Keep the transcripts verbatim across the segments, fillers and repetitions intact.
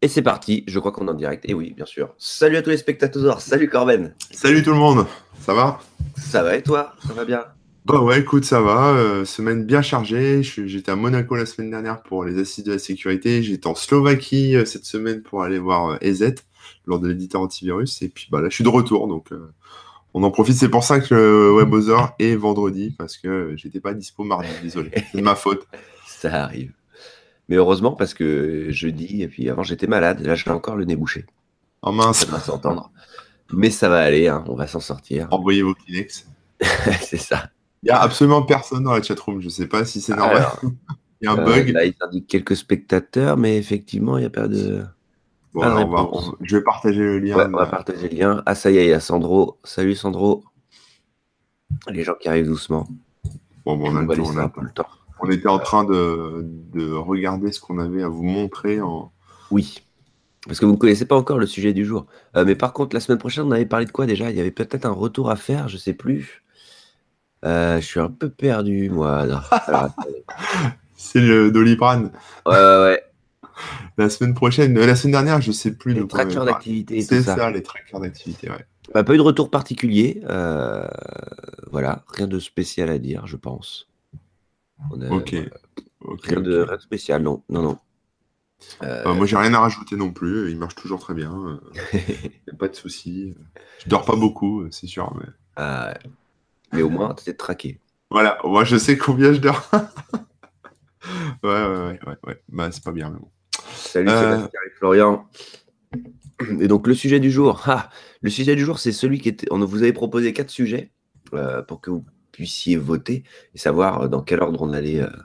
Et c'est parti, je crois qu'on est en direct. Et oui, bien sûr. Salut à tous les spectateurs, salut Corben. Salut tout le monde, ça va? Ça va et toi? Ça va bien? Bah ouais, écoute, ça va. euh, semaine bien chargée. Je suis- J'étais à Monaco la semaine dernière pour les assises de la sécurité. J'étais en Slovaquie euh, cette semaine pour aller voir euh, E Z lors de l'éditeur antivirus. Et puis bah là, je suis de retour, donc euh, on en profite. C'est pour ça que le WebOther est vendredi parce que euh, j'étais pas dispo mardi. Désolé, c'est de ma faute. Ça arrive. Mais heureusement parce que jeudi, et puis avant j'étais malade, là j'ai encore le nez bouché. Oh mince, Ça doit s'entendre. Mais ça va aller, hein, on va s'en sortir. envoyez vos Kleenex. C'est ça. Il y a absolument personne dans la chatroom. Je sais pas si c'est normal. Alors, Il y a un euh, bug. là ils indiquent quelques spectateurs, mais effectivement il n'y a pas de, Bon, pas de alors on va, réponse. on- je vais partager le lien. Ouais, de on va la- partager le lien. Ah ça y est, il y a Sandro. Salut Sandro. Les gens qui arrivent doucement. Bon, bon, on a On le va temps, on laisser a un le peu temps. le temps. On était en train de, de regarder ce qu'on avait à vous montrer. En... Oui. Parce que vous ne connaissez pas encore le sujet du jour. Euh, mais par contre, la semaine prochaine, on avait parlé de quoi déjà? Il y avait peut-être un retour à faire, je sais plus. Euh, je suis un peu perdu, moi. Non. Alors, attendez. C'est le Doliprane. Ouais, ouais, ouais. La semaine prochaine, euh, la semaine dernière, je sais plus de Les quoi on avait trackers parlé. d'activité et tout C'est ça. ça, les trackers d'activité, ouais. Bah, pas eu de retour particulier. euh, Voilà, rien de spécial à dire, je pense. On a, Ok, voilà. ok, Rien de, ok. rien de spécial, non, non, non. Euh, Euh, moi, j'ai rien à rajouter non plus. Il marche toujours très bien. Il a pas de souci. Je dors pas beaucoup, euh, c'est sûr. Mais... ah, ouais. Mais au moins, t'es traqué. Voilà, moi, je sais combien je dors. Ouais, ouais, ouais, ouais, ouais. Bah, c'est pas bien, mais bon. Salut Euh, Sébastien et Florian. Et donc, le sujet du jour. Ah, le sujet du jour, c'est celui qui était. On vous avait proposé quatre sujets euh, pour que vous puissiez voter et savoir euh, dans quel ordre on allait, euh,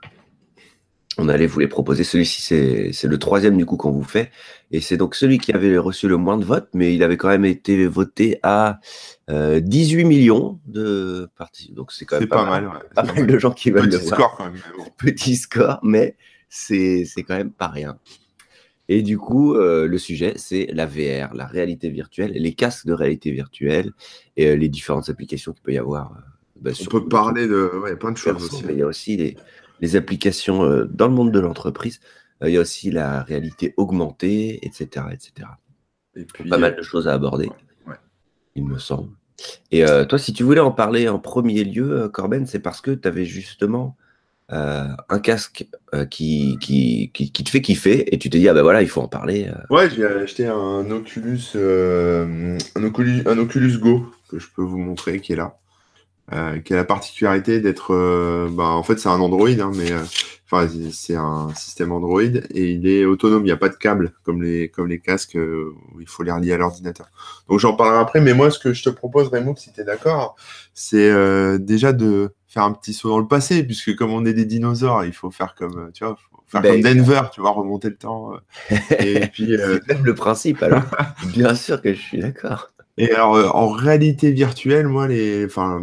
on allait vous les proposer. Celui-ci, c'est, c'est le troisième du coup qu'on vous fait. Et c'est donc celui qui avait reçu le moins de votes, mais il avait quand même été voté à euh, dix-huit millions de parties. Donc, c'est quand même c'est pas pas mal. mal, ouais. Pas C'est pas mal mal. de gens qui veulent le Petit voir. score quand même. Mais bon. Petit score, mais c'est, c'est quand même pas rien. Et du coup, euh, le sujet, c'est la V R, la réalité virtuelle, les casques de réalité virtuelle et euh, les différentes applications qu'il peut y avoir. euh, bah, On sur peut notre parler de ouais, plein de choses perso, aussi. mais il y a aussi les, les applications euh, dans le monde de l'entreprise. Euh, il y a aussi la réalité augmentée, et cetera, et cetera. Et puis, Pas mal euh, de choses à aborder, ouais. il me semble. Et euh, toi, si tu voulais en parler en premier lieu, euh, Corben, c'est parce que tu avais justement euh, un casque euh, qui, qui, qui, qui te fait kiffer et tu te dis, ah ben voilà, il faut en parler. euh. Ouais, j'ai acheté un Oculus, euh, un Oculus, un Oculus Go que je peux vous montrer, qui est là, euh, qui a la particularité d'être, euh, bah, en fait, c'est un Android, hein, mais euh, enfin, c'est un système Android et il est autonome. Il n'y a pas de câble comme les comme les casques euh, où il faut les relier à l'ordinateur. Donc j'en parlerai après. Mais moi, ce que je te propose, Raymond, si tu es d'accord, c'est euh, déjà de faire un petit saut dans le passé, puisque comme on est des dinosaures, il faut faire comme, euh, tu vois, faut faire comme Ben, Denver, tu vois, remonter le temps. euh, Et puis, euh, c'est même le principe, alors. Bien sûr que je suis d'accord. et alors, euh, en réalité virtuelle, moi, les, enfin,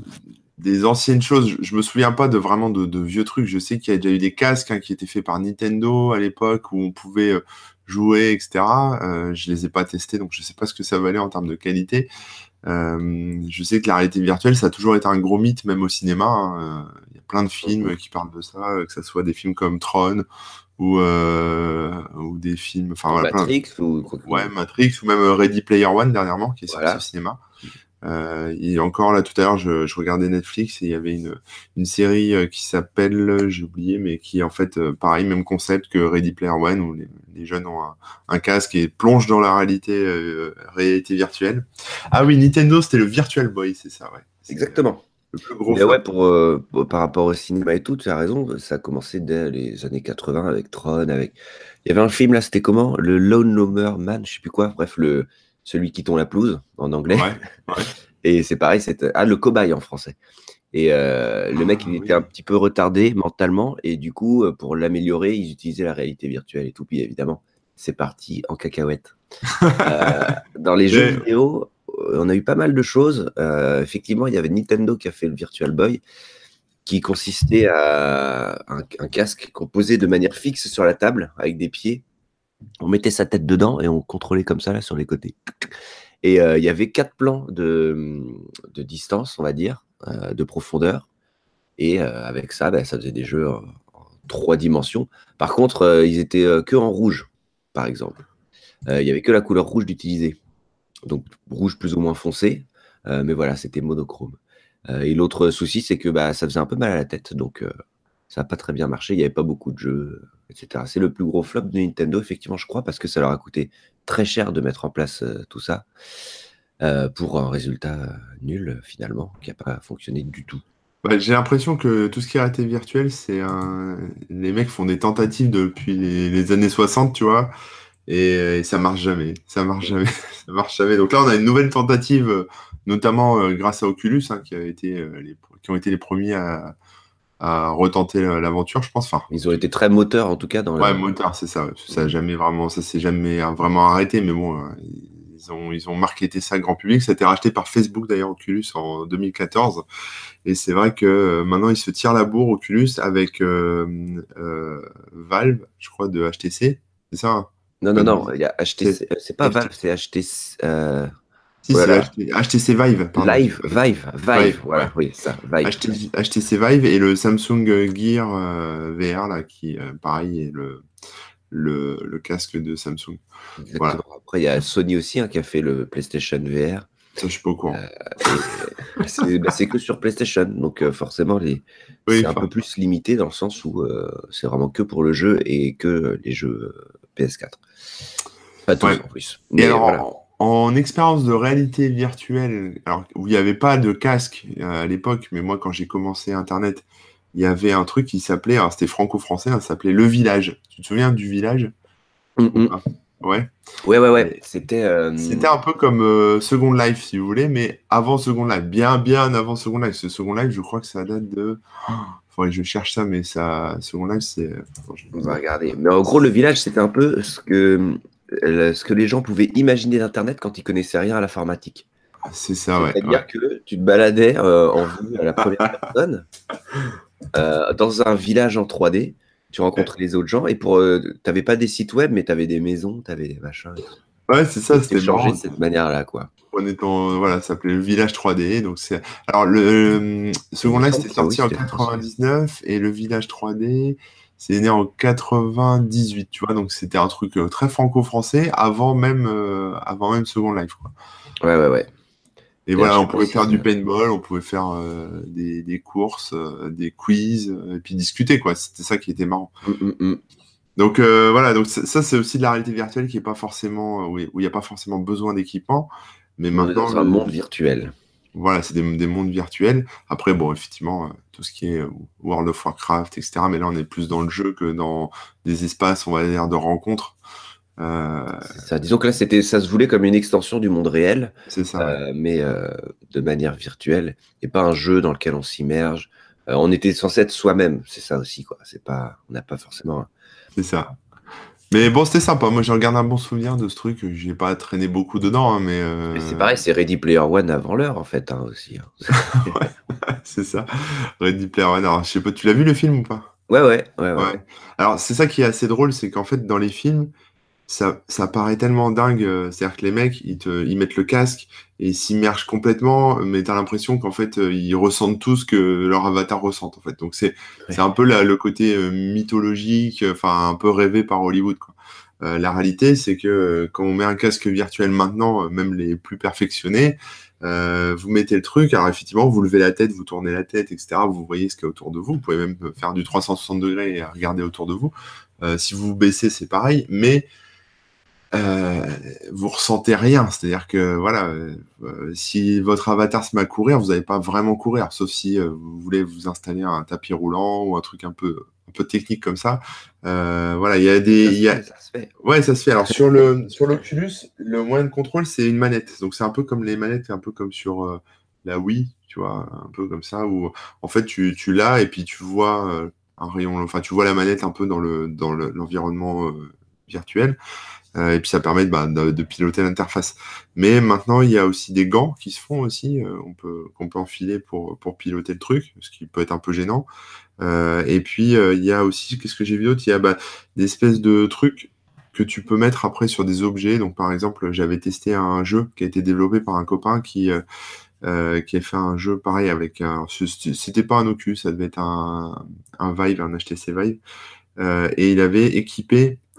des anciennes choses, je, je me souviens pas de vraiment de, de vieux trucs. Je sais qu'il y a déjà eu des casques hein, qui étaient faits par Nintendo à l'époque où on pouvait euh, jouer, et cetera. Euh, je les ai pas testés, donc je sais pas ce que ça valait en termes de qualité. Euh, je sais que la réalité virtuelle, ça a toujours été un gros mythe, même au cinéma. hein. Euh, Il y a plein de films qui parlent de ça, euh, que ça soit des films comme Tron ou, euh, ou des films, enfin voilà, plein. Matrix ou quoi que- Ouais, Matrix ou même Ready Player One dernièrement qui est sorti Voilà. au cinéma. Euh, et encore là tout à l'heure, je, je regardais Netflix et il y avait une, une série euh, qui s'appelle, j'ai oublié, mais qui est en fait euh, pareil, même concept que Ready Player One où les, les jeunes ont un, un casque et plongent dans la réalité, euh, réalité virtuelle. Ah oui, Nintendo, c'était le Virtual Boy, c'est ça, ouais. C'est Exactement. le plus gros Mais flop. ouais, pour, euh, pour- par rapport au cinéma et tout, tu as raison, ça a commencé dès les années quatre-vingts avec Tron, avec... Il y avait un film là, c'était comment? Le Lone Loner Man, je sais plus quoi, bref, le... celui qui tond la pelouse, en anglais. Ouais, ouais. Et c'est pareil, c'était... Ah, le cobaye en français. Et euh, le mec, Ah, il oui. était un petit peu retardé mentalement, et du coup, euh, pour l'améliorer, ils utilisaient la réalité virtuelle et tout, puis évidemment, c'est parti en cacahuète. Euh, dans les jeux Mais- vidéo, euh, on a eu pas mal de choses. Euh, effectivement, il y avait Nintendo qui a fait le Virtual Boy, qui consistait à un, un casque qu'on posait de manière fixe sur la table avec des pieds. On mettait sa tête dedans et on contrôlait comme ça là sur les côtés. Et euh, il y avait quatre plans de, de distance, on va dire, euh, de profondeur. Et euh, avec ça, bah, ça faisait des jeux en, en trois dimensions. Par contre, euh, ils étaient euh, que en rouge, par exemple. euh, il y avait que la couleur rouge d'utiliser. Donc rouge plus ou moins foncé, euh, mais voilà, c'était monochrome. Euh, et l'autre souci, c'est que bah, ça faisait un peu mal à la tête, donc euh, ça n'a pas très bien marché. Il n'y avait pas beaucoup de jeux, et cetera. C'est le plus gros flop de Nintendo, effectivement, je crois, parce que ça leur a coûté très cher de mettre en place euh, tout ça euh, pour un résultat euh, nul, finalement, qui n'a pas fonctionné du tout. Bah, j'ai l'impression que tout ce qui est réalité virtuelle, c'est un... les mecs font des tentatives depuis les, les années soixante, tu vois, et, et ça marche jamais. Ça marche jamais. Ça marche jamais. Donc là, on a une nouvelle tentative, euh, notamment euh, grâce à Oculus, hein, qui a été, euh, les... qui ont été les premiers à, à retenter l'aventure, je pense. Enfin, Ils ont été très moteurs, en tout cas, dans ouais, leur... motard, c'est ça. Ouais. Ça a jamais vraiment, ça s'est jamais euh, vraiment arrêté, mais bon, euh, ils ont, ils ont marketé ça grand public. Ça a été racheté par Facebook d'ailleurs, Oculus, en deux mille quatorze. Et c'est vrai que euh, maintenant, ils se tirent la bourre, Oculus, avec euh, euh, Valve, je crois, de H T C. C'est ça, hein? Non, Pas non, de- non, il y a c'est H T C, euh, c'est pas Valve, H T C. c'est H T C. euh, Si, Oh là c'est là, H T- H T C Vive, pardon. Live, Vive, Vive, Vive, ouais. voilà, oui, ça, Vive. H T C, H T C Vive et le Samsung Gear euh, V R, là, qui, euh, pareil, est le, le, le casque de Samsung. Voilà. Exactement. Après, il y a Sony aussi hein, qui a fait le PlayStation V R. Ça, je suis pas au courant. Euh, et c'est bah, c'est que sur PlayStation. Donc, euh, forcément, les... Oui, c'est un peu enfin, plus limité dans le sens où euh, c'est vraiment que pour le jeu et que les jeux euh, P S quatre. Pas tous ouais. en plus. Et Mais alors, voilà. en, en expérience de réalité virtuelle, alors où il n'y avait pas de casque euh, à l'époque, mais moi, quand j'ai commencé Internet, il y avait un truc qui s'appelait, alors c'était franco-français, hein, ça s'appelait Le Village. Tu te souviens du Village Hum, ou hum. pas? Ouais. Ouais, ouais, ouais. Et C'était. euh, c'était un peu comme euh, Second Life, si vous voulez, mais avant Second Life, bien, bien avant Second Life. Ce Second Life, je crois que ça date de. Oh, faudrait que je cherche ça, mais ça, Second Life, c'est. Attends, je vais On te va dire. regarder. Mais en gros, le village, c'était un peu ce que, euh, ce que les gens pouvaient imaginer d'Internet quand ils connaissaient rien à l'informatique. C'est ça, ouais, C'est-à-dire ouais. que tu te baladais euh, en vue à la première personne euh, dans un village en trois D. Tu rencontrais les autres gens et pour, euh, t'avais pas des sites web, mais t'avais des maisons, t'avais des machins et tout. Ouais, c'est ça, Et c'était t'échangeais de marrant. cette manière-là, quoi. On est en, voilà, ça s'appelait le Village trois D. Donc c'est, alors le euh, Et il Second me Life semble c'était que oui, sorti en c'était français. quatre-vingt-dix-neuf et le Village trois D c'est né en quatre-vingt-dix-huit, tu vois. Donc c'était un truc euh, très franco-français avant même, euh, avant même Second Life, quoi. Ouais, ouais, ouais. Et D'ailleurs, voilà, je on sais pas pouvait si faire ça... du paintball, on pouvait faire euh, des, des courses, euh, des quiz, euh, et puis discuter, quoi. C'était ça qui était marrant. Hum, hum, hum. Donc euh, voilà, donc ça, ça, c'est aussi de la réalité virtuelle qui est pas forcément, euh, où il n'y a pas forcément besoin d'équipement, mais On est maintenant dans un le, monde virtuel. voilà, c'est des, des mondes virtuels. Après, bon, effectivement, euh, tout ce qui est euh, World of Warcraft, et cetera. Mais là, on est plus dans le jeu que dans des espaces, on va dire, de rencontres. Euh, C'est ça. Disons que là, c'était, ça se voulait comme une extension du monde réel, c'est ça, ouais. euh, mais euh, de manière virtuelle, et pas un jeu dans lequel on s'immerge. Euh, on était censé être soi-même, c'est ça aussi, quoi. C'est pas, on n'a pas forcément. un- C'est ça. Mais bon, c'était sympa. Moi, j'ai regardé un bon souvenir de ce truc. J'ai pas traîné beaucoup dedans, hein, mais Mais c'est euh, pareil, c'est Ready Player One avant l'heure, en fait, hein, aussi. hein. c'est ça. Ready Player One. Alors, je sais pas, tu l'as vu le film ou pas? Ouais, ouais, ouais, ouais. Ouais. Alors, c'est ça qui est assez drôle, c'est qu'en fait, dans les films, ça, ça paraît tellement dingue. euh, C'est-à-dire que les mecs, ils, te, ils mettent le casque et ils s'immergent complètement, mais t'as l'impression qu'en fait, euh, ils ressentent tout ce que leur avatar ressent, en fait. Donc, c'est, c'est Ouais. un peu la- le côté euh, mythologique, euh, enfin, un peu rêvé par Hollywood, quoi. Euh, la réalité, c'est que euh, quand on met un casque virtuel maintenant, euh, même les plus perfectionnés, euh, vous mettez le truc, alors effectivement, vous levez la tête, vous tournez la tête, et cetera. Vous voyez ce qu'il y a autour de vous. Vous pouvez même faire du trois cent soixante degrés et regarder autour de vous. Euh, si vous vous baissez, c'est pareil, mais euh, vous ressentez rien. C'est-à-dire que voilà, euh, euh, si votre avatar se met à courir, vous n'allez pas vraiment courir, sauf si euh, vous voulez vous installer un tapis roulant ou un truc un peu, un peu technique comme ça. Euh, voilà, il y a des, Ça il se y a, fait, ça se fait. ouais, ça se fait. Alors sur le, sur l'Oculus, le moyen de contrôle, c'est une manette. Donc c'est un peu comme les manettes, un peu comme sur euh, la Wii, tu vois, un peu comme ça, où en fait tu, tu l'as et puis tu vois euh, un rayon, enfin tu vois la manette un peu dans le, dans le- l'environnement euh, virtuel. Euh, et puis ça permet bah, de, de piloter l'interface. Mais maintenant, il y a aussi des gants qui se font aussi, euh, on peut, qu'on peut enfiler pour, pour piloter le truc, ce qui peut être un peu gênant. Euh, et puis, euh, il y a aussi, qu'est-ce que j'ai vu d'autre? Il y a bah, des espèces de trucs que tu peux mettre après sur des objets. Donc, par exemple, j'avais testé un jeu qui a été développé par un copain qui, euh, euh, qui a fait un jeu pareil avec un... C'était pas un Oculus, ça devait être un, un Vive, un H T C Vive. Euh, et il avait équipé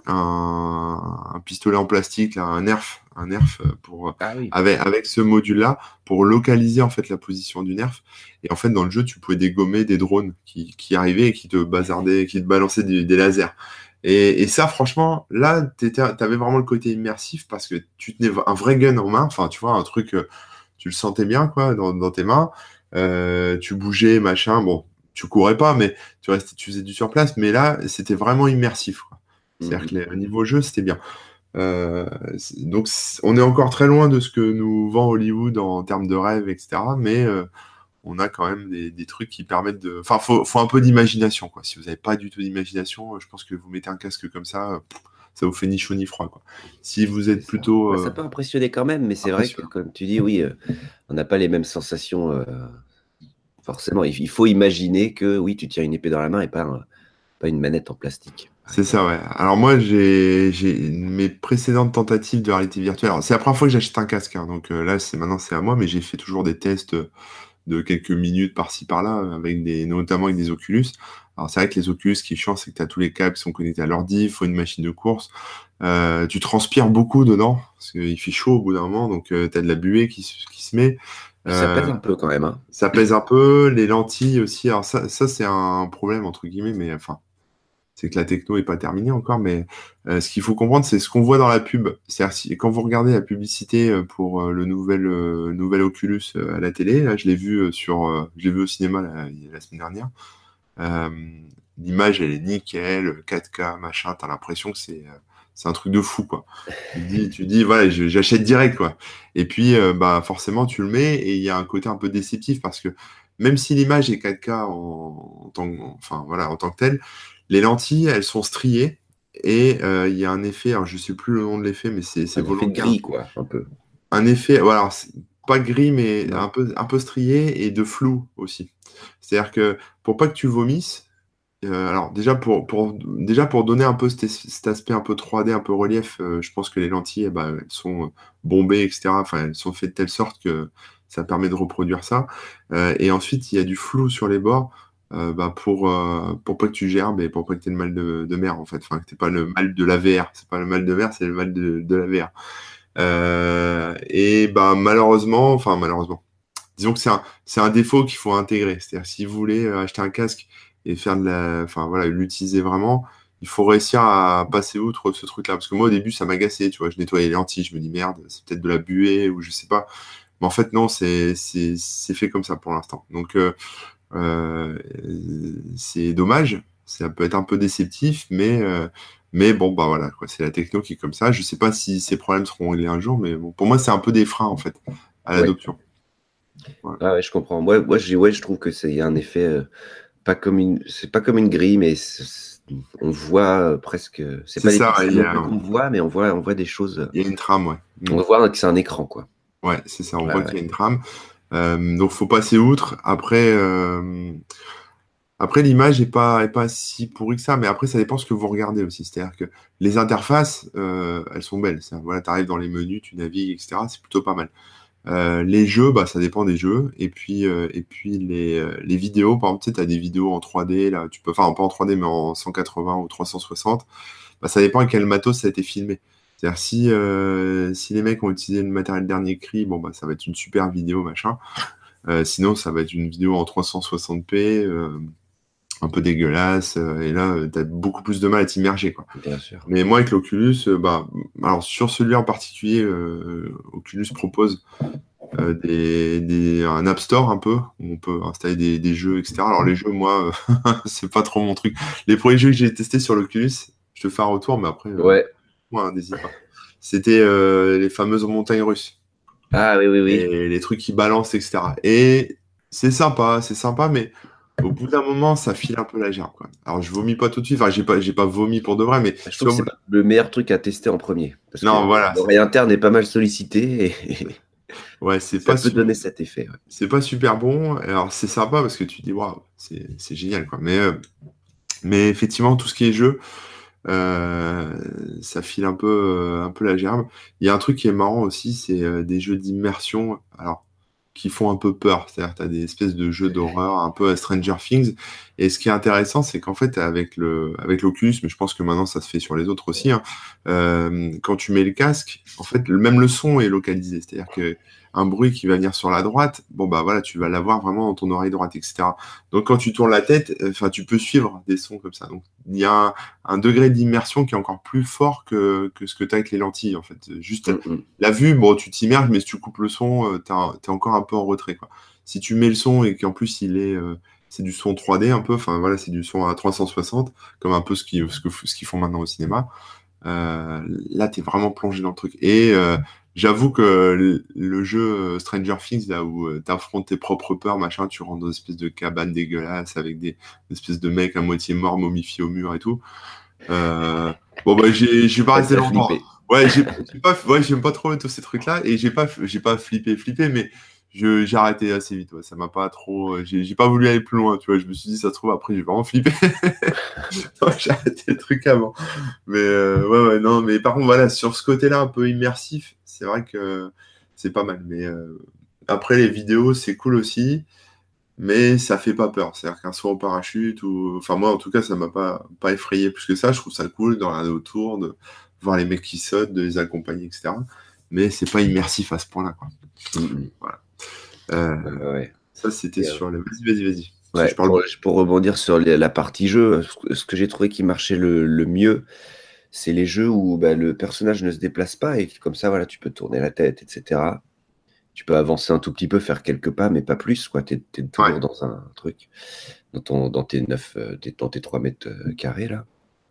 un, un pistolet en plastique, là, un nerf, un nerf pour Ah oui. avec, avec ce module-là pour localiser en fait la position du nerf. Et en fait, dans le jeu, tu pouvais dégommer des drones qui, qui arrivaient et qui te bazardaient, qui te balançaient des, des lasers. Et, et ça, franchement, là, t'avais vraiment le côté immersif parce que tu tenais un vrai gun en main. Enfin, tu vois, un truc, tu le sentais bien, quoi, dans, dans tes mains. Euh, tu bougeais, machin. Bon, tu courais pas, mais tu restais, tu faisais du sur place. Mais là, c'était vraiment immersif, quoi. C'est-à-dire Mhm. que le niveau jeu, c'était bien. Euh, donc, on est encore très loin de ce que nous vend Hollywood en termes de rêve, et cetera. Mais euh, on a quand même des, des trucs qui permettent de. Enfin, faut, faut un peu d'imagination, quoi. Si vous n'avez pas du tout d'imagination, je pense que vous mettez un casque comme ça, pff, ça vous fait ni chaud ni froid, quoi. Si vous êtes Ça. plutôt. Bah, Euh, ça peut impressionner quand même, mais c'est vrai que, impressionnant. comme tu dis, oui, euh, on n'a pas les mêmes sensations. Euh, forcément, il, il faut imaginer que, oui, tu tiens une épée dans la main et pas, un- pas une manette en plastique, par C'est exemple. ça, ouais. Alors moi, j'ai j'ai mes précédentes tentatives de réalité virtuelle. Alors, c'est la première fois que j'achète un casque, hein, donc euh, là, c'est maintenant c'est à moi, mais j'ai fait toujours des tests de quelques minutes par-ci par-là, avec des, notamment avec des Oculus. Alors c'est vrai que les Oculus, ce qui est chiant, c'est que tu as tous les câbles qui sont connectés à l'ordi, il faut une machine de course. Euh, tu transpires beaucoup dedans, parce qu'il fait chaud au bout d'un moment, donc euh, tu as de la buée qui, se- qui se met. Puis ça pèse Euh, un peu quand même, hein. Ça pèse un peu, les lentilles aussi. Alors ça, ça c'est un problème, entre guillemets, mais enfin, c'est que la techno n'est pas terminée encore, mais euh, ce qu'il faut comprendre, c'est ce qu'on voit dans la pub. C'est-à-dire, si, quand vous regardez la publicité euh, pour euh, le nouvel, euh, nouvel Oculus euh, à la télé, là, je l'ai vu euh, sur, euh, je l'ai vu au cinéma la, la semaine dernière. Euh, L'image, elle est nickel, quatre K, machin. T'as l'impression que c'est, euh, c'est un truc de fou, quoi. Tu te dis, tu te dis, voilà, je- j'achète direct, quoi. Et puis, euh, bah, forcément, tu le mets et il y a un côté un peu déceptif parce que même si l'image est quatre K en, en tant, enfin, voilà, en tant que telle, les lentilles, elles sont striées et euh, il y a un effet, alors je sais plus le nom de l'effet, mais c'est c'est Un effet de volontaire. gris, quoi, un peu. Un effet, voilà, c'est pas gris, mais un Non. peu, un peu strié et de flou aussi. C'est-à-dire que pour pas que tu vomisses, euh, alors déjà pour, pour, déjà pour donner un peu cet, cet aspect un peu trois D, un peu relief, euh, je pense que les lentilles, eh ben, elles sont bombées, et cetera. Enfin, elles sont faites de telle sorte que ça permet de reproduire ça. Euh, et ensuite, il y a du flou sur les bords. Euh, bah, pour, euh, pour pas que tu gerbes et pour pas que tu aies le mal de, de mer en fait. Enfin, que t'aies pas le mal de la V R. C'est pas le mal de mer, c'est le mal de, de la V R. Euh, et bah, malheureusement, enfin malheureusement, disons que c'est un, c'est un défaut qu'il faut intégrer. C'est-à-dire si vous voulez euh, acheter un casque et faire de la, enfin voilà, l'utiliser vraiment, il faut réussir à passer outre ce truc-là. Parce que moi au début ça m'agaçait, tu vois, je nettoyais les lentilles, je me dis merde, c'est peut-être de la buée ou je sais pas. Mais en fait non, c'est c'est c'est fait comme ça pour l'instant. Donc euh, euh, c'est dommage, ça peut être un peu déceptif, mais euh, mais bon bah voilà quoi, c'est la techno qui est comme ça. Je sais pas si ces problèmes seront réglés un jour, mais bon, pour moi c'est un peu des freins en fait à Ouais. l'adoption. Voilà. Ah ouais, je comprends. Moi, moi, je, ouais, je trouve que c'est il y a un effet, euh, pas comme une, c'est pas comme une grille, mais c'est- c'est- on voit euh, presque. C'est C'est pas des ça, pixels il y non a, plus qu'on voit, mais on voit, on voit des choses. euh, il y a une trame, ouais. Mm. On voit que c'est un écran, quoi. Ouais, c'est ça, on Ouais, voit ouais. qu'il y a une trame. Euh, donc faut passer outre. Après, euh, après l'image est pas, est pas si pourrie que ça, mais après ça dépend ce que vous regardez aussi. C'est-à-dire que les interfaces, euh, elles sont belles. C'est-à-dire, voilà, tu arrives dans les menus, tu navigues, et cetera. C'est plutôt pas mal. Euh, les jeux, bah, ça dépend des jeux. Et puis, euh, et puis les, euh, les vidéos, par exemple, tu sais, as des vidéos en trois D, là, tu peux, enfin, pas en trois D, mais en cent quatre-vingts ou trois cent soixante. Bah, ça dépend à quel matos ça a été filmé. C'est-à-dire, si, euh, si les mecs ont utilisé le matériel dernier cri, bon, bah, ça va être une super vidéo, machin. Euh, sinon, ça va être une vidéo en trois cent soixante p, euh, un peu dégueulasse, euh, et là, tu as beaucoup plus de mal à t'immerger, quoi. Bien sûr. Mais moi, avec l'Oculus, euh, bah, alors sur celui en particulier, euh, Oculus propose euh, des, des- un App Store un peu, où on peut installer des, des jeux, et cetera. Alors les jeux, moi, euh, c'est pas trop mon truc. Les premiers jeux que j'ai testés sur l'Oculus, je te fais un retour, mais après, euh, Ouais. moi, hein, n'hésite pas. C'était euh, les fameuses montagnes russes. Ah oui, oui, oui. Et les trucs qui balancent, et cetera. Et c'est sympa, c'est sympa, mais au bout d'un moment, ça file un peu la gerbe, quoi. Alors je vomis pas tout de suite, enfin j'ai pas, j'ai pas vomi pour de vrai, mais Je trouve soit que c'est pas le meilleur truc à tester en premier, parce que non, voilà, c'est l'oreille interne est pas mal sollicitée et ouais, c'est ça pas peut su- donner cet effet. Ouais. c'est pas super bon. Alors c'est sympa parce que tu dis waouh, c'est c'est génial, quoi. Mais euh, mais effectivement, tout ce qui est jeu, euh, ça file un peu euh, un peu la gerbe. Il y a un truc qui est marrant aussi, c'est euh, des jeux d'immersion, alors qui font un peu peur. C'est-à-dire, tu as des espèces de jeux d'horreur, un peu à Stranger Things. Et ce qui est intéressant, c'est qu'en fait, avec le, avec l'Oculus, mais je pense que maintenant ça se fait sur les autres aussi, hein, euh, quand tu mets le casque, en fait, le, même le son est localisé. C'est-à-dire que un bruit qui va venir sur la droite, bon bah voilà, tu vas l'avoir vraiment dans ton oreille droite, et cetera. Donc quand tu tournes la tête, enfin, tu peux suivre des sons comme ça. Donc il y a un, un degré d'immersion qui est encore plus fort que, que ce que tu as avec les lentilles, en fait. Juste Mm-mm. la vue, bon, tu t'immerges, mais si tu coupes le son, euh, t'es un- t'es encore un peu en retrait, quoi. Si tu mets le son et qu'en plus il est, euh, c'est du son trois D un peu, enfin voilà, c'est du son à trois cent soixante, comme un peu ce qu'ils ce que, ce qu'ils font maintenant au cinéma. Euh, là, t'es vraiment plongé dans le truc. Et euh, j'avoue que le, le jeu euh, Stranger Things, là où euh, t'affrontes tes propres peurs, machin, tu rentres dans une espèce de cabane dégueulasse avec des des espèces de mecs à moitié morts, momifiés au mur et tout. Euh, bon bah j'ai j'ai pas Ouais, resté ça a longtemps. flippé. Ouais, j'ai j'ai pas ouais, j'aime pas trop tous ces trucs-là et j'ai pas j'ai pas flippé flippé mais je j'ai arrêté assez vite. Ouais. Ça m'a pas trop j'ai j'ai pas voulu aller plus loin, tu vois. Je me suis dit ça se trouve après j'ai vraiment flippé. Ouais, j'ai arrêté le truc avant. Mais euh, ouais ouais non mais par contre voilà sur ce côté-là un peu immersif, c'est vrai que c'est pas mal. Mais euh, après les vidéos c'est cool aussi mais ça fait pas peur. C'est-à-dire qu'un saut en parachute, ou enfin moi en tout cas ça m'a pas, pas effrayé plus que ça. Je trouve ça cool de regarder autour, de voir les mecs qui sautent, de les accompagner, et cetera. Mais c'est pas immersif à ce point-là, quoi. Mm-mm. Voilà. Euh, Ouais, ouais. ça c'était Et, euh, sur les. Vas-y, vas-y, vas-y. Parce que je ouais, parle pour, beaucoup. pour rebondir sur les- la partie jeu, ce ce que j'ai trouvé qui marchait le, le mieux, c'est les jeux où bah, le personnage ne se déplace pas et comme ça, voilà, tu peux tourner la tête, et cetera. Tu peux avancer un tout petit peu, faire quelques pas, mais pas plus, quoi. T'es, t'es Ouais, toujours dans un truc, dans ton, dans tes neuf, euh, tes- dans tes trois mètres euh, carrés, là.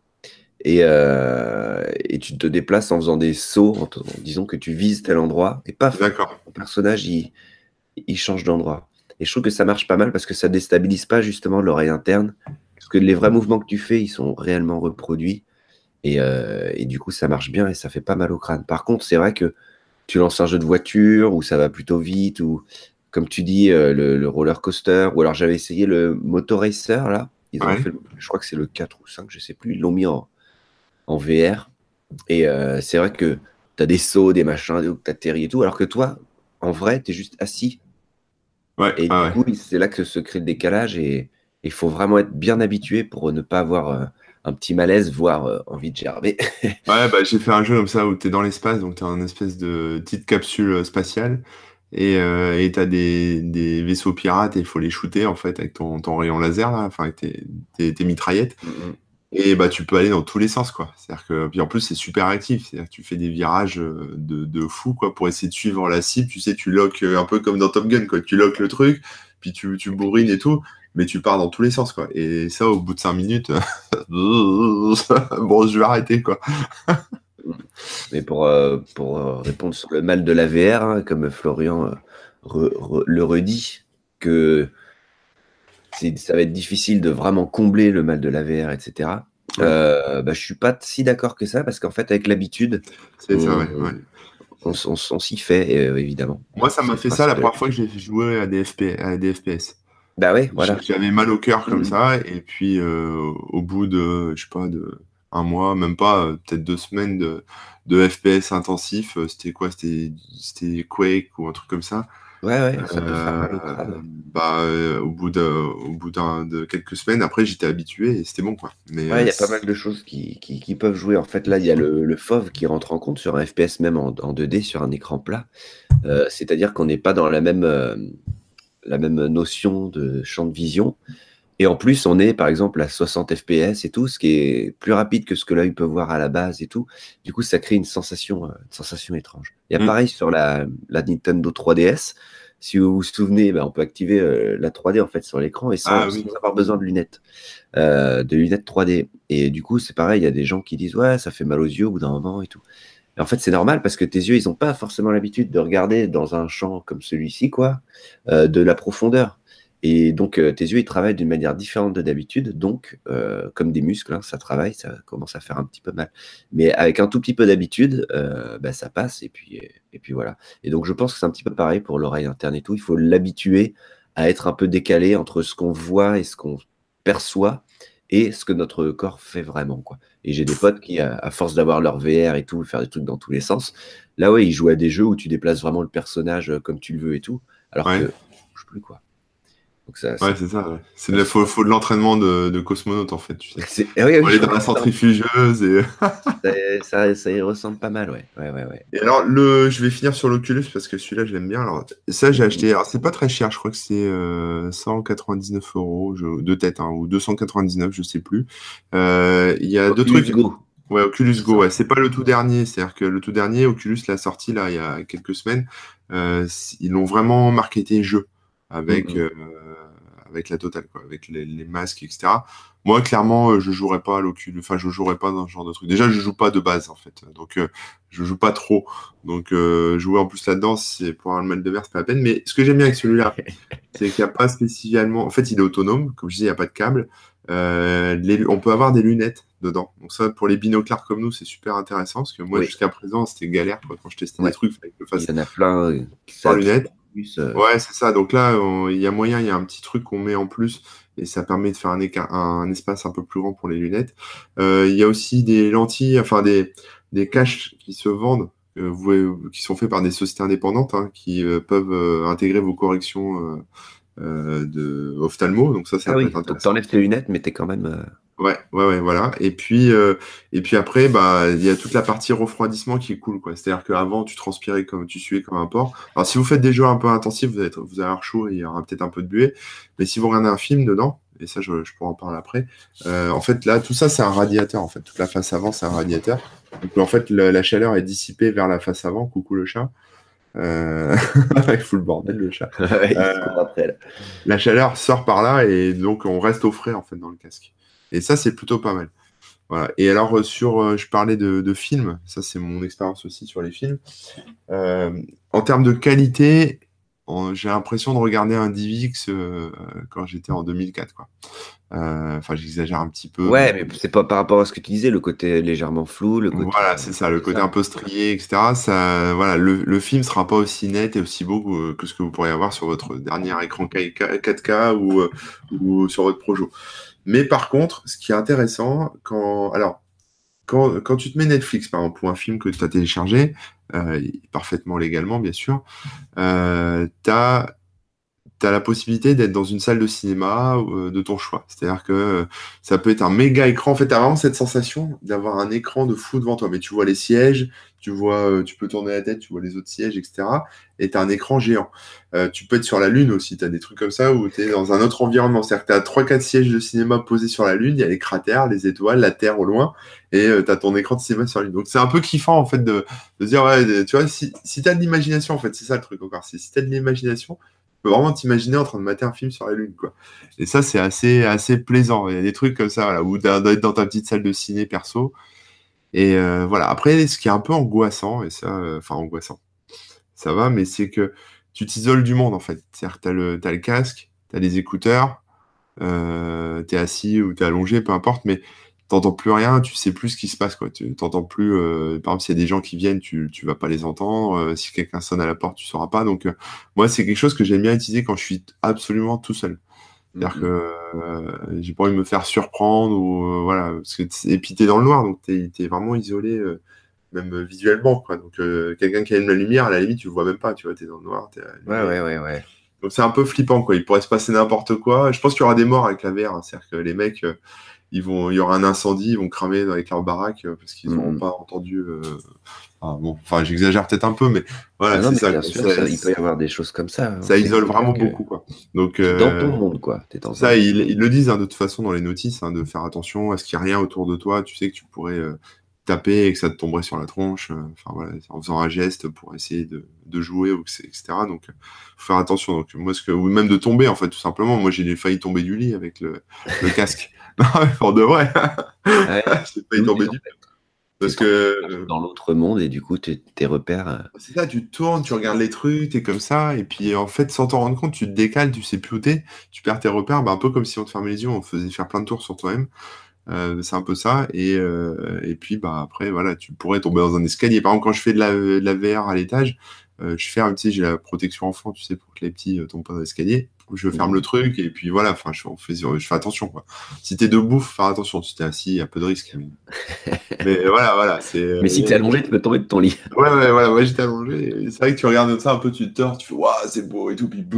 Et, euh, et tu te déplaces en faisant des sauts, en, te- en disant que tu vises tel endroit, et paf, d'accord. ton personnage, il, il change d'endroit. Et je trouve que ça marche pas mal parce que ça déstabilise pas justement l'oreille interne, parce que les vrais mouvements que tu fais, ils sont réellement reproduits, et, euh, et du coup, ça marche bien et ça fait pas mal au crâne. Par contre, c'est vrai que tu lances un jeu de voiture où ça va plutôt vite, ou comme tu dis, euh, le, le roller coaster, ou alors j'avais essayé le Moto Racer, là. Ils ont Ouais. fait, le- je crois que c'est le quatre ou cinq, je sais plus. Ils l'ont mis en, en V R. Et euh, c'est vrai que tu as des sauts, des machins, tu atterris et tout, alors que toi, en vrai, tu es juste assis. Ouais, Et ah du ouais. coup, c'est là que se crée le décalage. Et il faut vraiment être bien habitué pour ne pas avoir euh, un petit malaise, voire euh, envie de gerber. Ouais, bah, j'ai fait un jeu comme ça où t'es dans l'espace, donc t'es en espèce de petite capsule euh, spatiale et euh, et t'as des, des vaisseaux pirates et il faut les shooter en fait avec ton, ton rayon laser là, enfin avec tes, tes, tes mitraillettes. Mhm. Et bah tu peux aller dans tous les sens quoi. C'est-à-dire que puis en plus c'est super actif, c'est-à-dire que tu fais des virages euh, de, de fou quoi pour essayer de suivre la cible. Tu sais, tu loques euh, un peu comme dans Top Gun quoi. Tu loques le truc, puis tu, tu Et puis bourrines tu et tout, mais tu pars dans tous les sens quoi. Et ça au bout de cinq minutes, bon je vais arrêter quoi. Mais pour, euh, pour euh, répondre sur le mal de la V R, hein, comme Florian euh, re- re- le redit, que c'est, ça va être difficile de vraiment combler le mal de la V R, et cetera. Ouais, Euh, bah, je suis pas si d'accord que ça, parce qu'en fait, avec l'habitude, c'est ça on, ouais, ouais. on, on- on s'y fait, euh, évidemment. Moi, ça C'est m'a le fait ça la principe de première fois que l'habitude. j'ai joué à des F P, à des F P S. Bah ouais, J'- voilà. J'avais mal au cœur comme Mhm. ça, et puis euh, au bout de, je sais pas, de un mois, même pas, euh, peut-être deux semaines de, de F P S intensif, euh, c'était quoi? C'était, c'était Quake ou un truc comme ça. Ouais, ouais, ça peut faire Euh, mal au crâne. bah, euh, au bout de, au bout d'un, de quelques semaines, après, j'étais habitué et c'était bon, quoi. Mais Ouais, il euh, y a pas mal de choses qui, qui, qui peuvent jouer. En fait, là, il y a le, le fauve qui rentre en compte sur un F P S, même en, en deux D, sur un écran plat. Euh, c'est-à-dire qu'on n'est pas dans la même, euh, la même notion de champ de vision. Et en plus, on est par exemple à soixante F P S et tout, ce qui est plus rapide que ce que l'œil peut voir à la base et tout. Du coup, ça crée une sensation, euh, une sensation étrange. Il y a hmm. pareil sur la, la Nintendo trois D S. Si vous vous souvenez, bah, on peut activer euh, la trois D en fait sur l'écran et Ah sans, oui, sans avoir besoin de lunettes, euh, de lunettes trois D. Et du coup, c'est pareil, il y a des gens qui disent ouais, ça fait mal aux yeux au bout d'un moment et tout. Et en fait, c'est normal parce que tes yeux, ils n'ont pas forcément l'habitude de regarder dans un champ comme celui-ci, quoi, euh, de la profondeur. Et donc, euh, tes yeux, ils travaillent d'une manière différente de d'habitude. Donc, euh, comme des muscles, hein, ça travaille, ça commence à faire un petit peu mal. Mais avec un tout petit peu d'habitude, euh, bah, ça passe. Et puis, et puis voilà. Et donc, je pense que c'est un petit peu pareil pour l'oreille interne et tout. Il faut l'habituer à être un peu décalé entre ce qu'on voit et ce qu'on perçoit et ce que notre corps fait vraiment, quoi. Et j'ai des potes qui, à, à force d'avoir leur V R et tout, faire des trucs dans tous les sens, là, ouais, ils jouent à des jeux où tu déplaces vraiment le personnage euh, comme tu le veux et tout, alors que ouais. ça bouge plus, quoi. Donc ça, Ouais, c'est... c'est ça. Ouais. C'est de la- faut, faut de l'entraînement de, de cosmonaute, en fait, tu sais. c'est- ah oui, Faut oui, aller je dans crois la que ça, centrifugeuse et... ça, ça, ça y ressemble pas mal, ouais. Ouais, ouais, ouais. Et alors, le, je vais finir sur l'Oculus parce que celui-là, je l'aime bien. Alors, ça, j'ai acheté. Alors, c'est pas très cher. Je crois que c'est euh, cent quatre-vingt-dix-neuf euros je- de tête, hein, ou deux cent quatre-vingt-dix-neuf, je sais plus. Euh, Il y a deux Oculus trucs. Go, Ouais, Oculus c'est Go, ça. ouais. C'est pas le tout dernier. C'est-à-dire que le tout dernier, Oculus l'a sorti là il y a quelques semaines. Euh, c- ils l'ont vraiment marketé jeu avec, Mhm. euh, avec la totale, quoi, avec les, les masques, et cetera. Moi, clairement, euh, je jouerais pas à l'Oculus. Enfin, je jouerais pas dans ce genre de truc. Déjà, je joue pas de base, en fait. Donc, euh, je joue pas trop. Donc, euh, jouer en plus là-dedans, c'est pour un mal de mer, c'est pas la peine. Mais ce que j'aime bien avec celui-là, c'est qu'il n'y a pas spécialement. En fait, il est autonome. Comme je disais, il n'y a pas de câble. Euh, les- On peut avoir des lunettes dedans. Donc, ça, pour les binoclars comme nous, c'est super intéressant. Parce que moi, Oui, jusqu'à présent, c'était galère, quoi, quand je testais des ouais. trucs, il fallait que je le Il fasse y en a plein euh, qui par savent ça lunettes. plus. euh, Ouais, c'est ça. Donc là, on- il y a moyen, il y a un petit truc qu'on met en plus et ça permet de faire un, écart, un espace un peu plus grand pour les lunettes. Euh, il y a aussi des lentilles, enfin des, des caches qui se vendent, euh, vous- qui sont faits par des sociétés indépendantes, hein, qui euh, peuvent euh, intégrer vos corrections euh, euh, de ophtalmo. Donc ça, ça Ah peut oui, être donc intéressant. t'enlèves tes lunettes, mais t'es quand même. euh, Ouais, ouais, ouais, voilà. Et puis, euh, et puis après, bah, il y a toute la partie refroidissement qui est cool, quoi. C'est-à-dire qu'avant, tu transpirais comme, tu suais comme un porc. Alors, si vous faites des jeux un peu intensifs, vous allez, être- vous allez avoir chaud et il y aura peut-être un peu de buée. Mais si vous regardez un film dedans, et ça, je, je pourrais en parler après, euh, en fait, là, tout ça, c'est un radiateur, en fait. Toute la face avant, c'est un radiateur. Donc, en fait, le- la chaleur est dissipée vers la face avant. Coucou le chat. Euh... Il fout le bordel, le chat. Il se Euh, court après, là. la chaleur sort par là et donc on reste au frais, en fait, dans le casque. Et ça, c'est plutôt pas mal. Voilà. Et alors, euh, sur, euh, je parlais de, de films, ça c'est mon expérience aussi sur les films. Euh, En termes de qualité, en- j'ai l'impression de regarder un DivX euh, quand j'étais en deux mille quatre, quoi. Euh, Enfin, j'exagère un petit peu, Ouais, mais mais c'est pas par rapport à ce que tu disais, le côté légèrement flou, le côté. voilà, euh, c'est ça, le c'est côté un ça. peu strié, et cetera. Ça, voilà, le, le film sera pas aussi net et aussi beau que, que ce que vous pourriez avoir sur votre dernier écran quatre K ou, euh, ou sur votre Projo. Mais par contre, ce qui est intéressant, quand, alors, quand, quand tu te mets Netflix, par exemple, pour un film que tu as téléchargé, euh, parfaitement légalement, bien sûr, euh, tu as, la possibilité d'être dans une salle de cinéma euh, de ton choix. C'est-à-dire que euh, ça peut être un méga écran. En fait, tu as vraiment cette sensation d'avoir un écran de fou devant toi. Mais tu vois les sièges, tu vois, euh, tu peux tourner la tête, tu vois les autres sièges, et cetera. Et tu as un écran géant. Euh, tu peux être sur la Lune aussi. Tu as des trucs comme ça où tu es dans un autre environnement. C'est-à-dire que tu as trois quatre sièges de cinéma posés sur la Lune. Il y a les cratères, les étoiles, la Terre au loin. Et tu as ton écran de cinéma sur la Lune. Donc c'est un peu kiffant, en fait, de, de dire, ouais, tu vois, si, si tu as de l'imagination, en fait, c'est ça le truc encore. Si, si tu as de l'imagination, peux vraiment t'imaginer en train de mater un film sur la Lune, quoi. Et ça, c'est assez, assez plaisant. Il y a des trucs comme ça, voilà, où d'être dans ta petite salle de ciné perso. Et euh, voilà. Après, ce qui est un peu angoissant, et ça, euh, enfin, angoissant, ça va, mais c'est que tu t'isoles du monde, en fait. C'est-à-dire que t'as le, t'as le casque, t'as les écouteurs, euh, t'es assis ou t'es allongé, peu importe, mais t'entends plus rien, tu sais plus ce qui se passe, quoi. Tu t'entends plus, euh, par exemple, s'il y a des gens qui viennent, tu, tu vas pas les entendre. Euh, si quelqu'un sonne à la porte, tu sauras pas. Donc, euh, moi, c'est quelque chose que j'aime bien utiliser quand je suis absolument tout seul. C'est-à-dire que Mhm. euh, j'ai pas envie de me faire surprendre ou euh, voilà. Parce que t- et puis t'es dans le noir, donc t'es, t'es vraiment isolé, euh, même euh, visuellement, quoi. Donc, euh, quelqu'un qui allume la lumière, à la limite, tu le vois même pas, tu vois, t'es dans le noir, t'es Ouais, allumé. ouais, ouais, ouais. Donc c'est un peu flippant, quoi. Il pourrait se passer n'importe quoi. Je pense qu'il y aura des morts avec la V R, hein. C'est-à-dire que les mecs, euh, ils vont, il y aura un incendie, ils vont cramer avec leur baraque euh, parce qu'ils n'auront Mhm. pas entendu. euh, ah, bon, enfin, j'exagère peut-être un peu, mais voilà, Ah non, c'est mais ça, bien quoi. sûr, Ça, ça, il peut y avoir des choses comme ça, hein. ça C'est isole clair vraiment que beaucoup, quoi. Donc, t'es dans ton euh, monde, quoi. T'es dans ça, un. ils, ils le disent hein, de toute façon dans les notices, hein, de faire attention à ce qu'il n'y a rien autour de toi. Tu sais que tu pourrais euh, taper et que ça te tomberait sur la tronche. euh, Enfin voilà, en faisant un geste pour essayer de, de jouer, ou que c'est- et cetera. Donc, euh, faut faire attention. Donc, moi, ce que, ou même de tomber, en fait, tout simplement. Moi, j'ai failli tomber du lit avec le, le casque. Non, mais pour de vrai. Ouais. J'ai failli Oui, tomber en du lit. fait, Parce c'est que trop euh, dans l'autre monde et du coup, tes tes repères. euh, c'est ça, tu te tournes, tu regardes les trucs, t'es comme ça, et puis en fait, sans t'en rendre compte, tu te décales, tu sais plus où t'es, tu perds tes repères, bah, un peu comme si on te fermait les yeux, on te faisait faire plein de tours sur toi-même. Euh, c'est un peu ça. Et, euh, et puis bah, après, voilà, tu pourrais tomber dans un escalier. Par exemple, quand je fais de la, de la V R à l'étage, euh, je ferme, tu sais, j'ai la protection enfant, tu sais, pour que les petits euh, tombent pas dans l'escalier. Je ferme le Mhm. truc et puis voilà, enfin, je, on fait, je fais attention, quoi. Si t'es debout, faut faire attention. Si t'es assis, il y a peu de risque. Mais, mais voilà, voilà, c'est. Mais si euh, t'es allongé, tu peux tomber de ton lit. Ouais, ouais, voilà, moi j'étais allongé. Et c'est vrai que tu regardes ça un peu, tu te tords, tu fais waouh, c'est beau et tout, puis boum.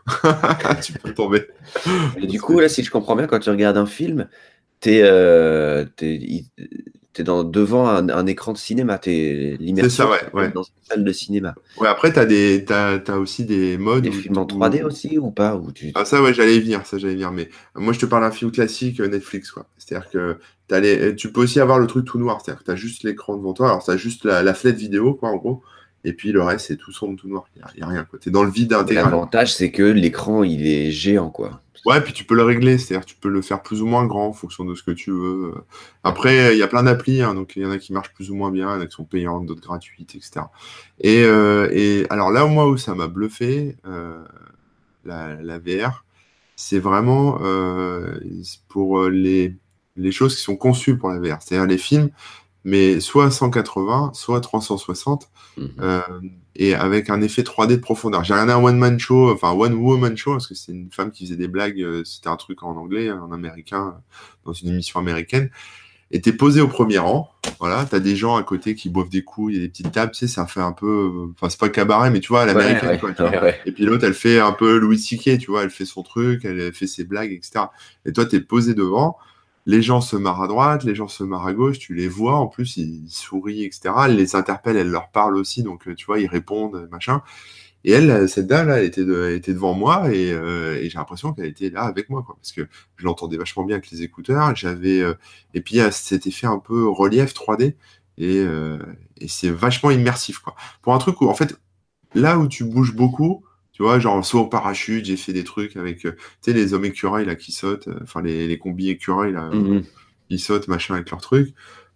Tu peux tomber. Et du coup, là, si je comprends bien, quand tu regardes un film, t'es euh, t'es, il- t'es dans, devant un, un écran de cinéma. T'es, C'est ça, l'immersion, ouais, c'est ouais. d'être dans une salle de cinéma. Ouais, après, t'as des, t'as, t'as aussi des modes Des où, films en trois D où- aussi ou pas? Où tu... ah, ça, ouais, j'allais y venir, ça, j'allais y venir. Mais moi, je te parle d'un film classique euh, Netflix, quoi. C'est-à-dire que t'as les... tu peux aussi avoir le truc tout noir. C'est-à-dire que t'as juste l'écran devant toi. Alors, t'as juste la, la fenêtre vidéo, quoi, en gros. Et puis, le reste, c'est tout sombre, tout noir. Il n'y a, y a rien, quoi. T'es dans le vide Mais intégral. l'avantage, c'est que l'écran, il est géant, quoi. Ouais, puis tu peux le régler, c'est-à-dire tu peux le faire plus ou moins grand en fonction de ce que tu veux. D'accord. Après, il y a plein d'applis, hein, donc il y en a qui marchent plus ou moins bien, il y en a qui sont payantes, d'autres gratuites, et cetera. Et, euh, et alors là, moi, où ça m'a bluffé, euh, la, la V R, c'est vraiment euh, pour les, les choses qui sont conçues pour la V R, c'est-à-dire les films, mais soit cent quatre-vingts, soit trois cent soixante, Mhm. euh, et avec un effet trois D de profondeur. J'ai regardé un one-man show, enfin one-woman show, parce que c'est une femme qui faisait des blagues, euh, c'était un truc en anglais, en américain, dans une émission américaine, et t'es posé au premier rang, voilà, t'as des gens à côté qui boivent des coups, il y a des petites tables, tu sais, ça fait un peu, euh, enfin c'est pas cabaret, mais tu vois, à Ouais, l'américaine, ouais, quoi, tu vois. ouais, ouais. Et puis l'autre, elle fait un peu Louis C K, tu vois, elle fait son truc, elle fait ses blagues, et cetera. Et toi, t'es posé devant, les gens se marrent à droite, les gens se marrent à gauche, tu les vois, en plus, ils, ils sourient, et cetera. Elle les interpelle, elle leur parle aussi, donc euh, tu vois, ils répondent, machin. Et elle, euh, cette dame-là, elle était, de- elle était devant moi et, euh, et j'ai l'impression qu'elle était là avec moi, quoi, parce que je l'entendais vachement bien avec les écouteurs. J'avais, euh, et puis il y a cet effet un peu relief trois D et, euh, et c'est vachement immersif, quoi. Pour un truc où, en fait, là où tu bouges beaucoup, tu vois, genre saut au parachute, j'ai fait des trucs avec, euh, tu sais, les hommes écureuils là qui sautent, euh, enfin les, les combis écureuils là, Mhm. qui sautent, machin, avec leurs trucs.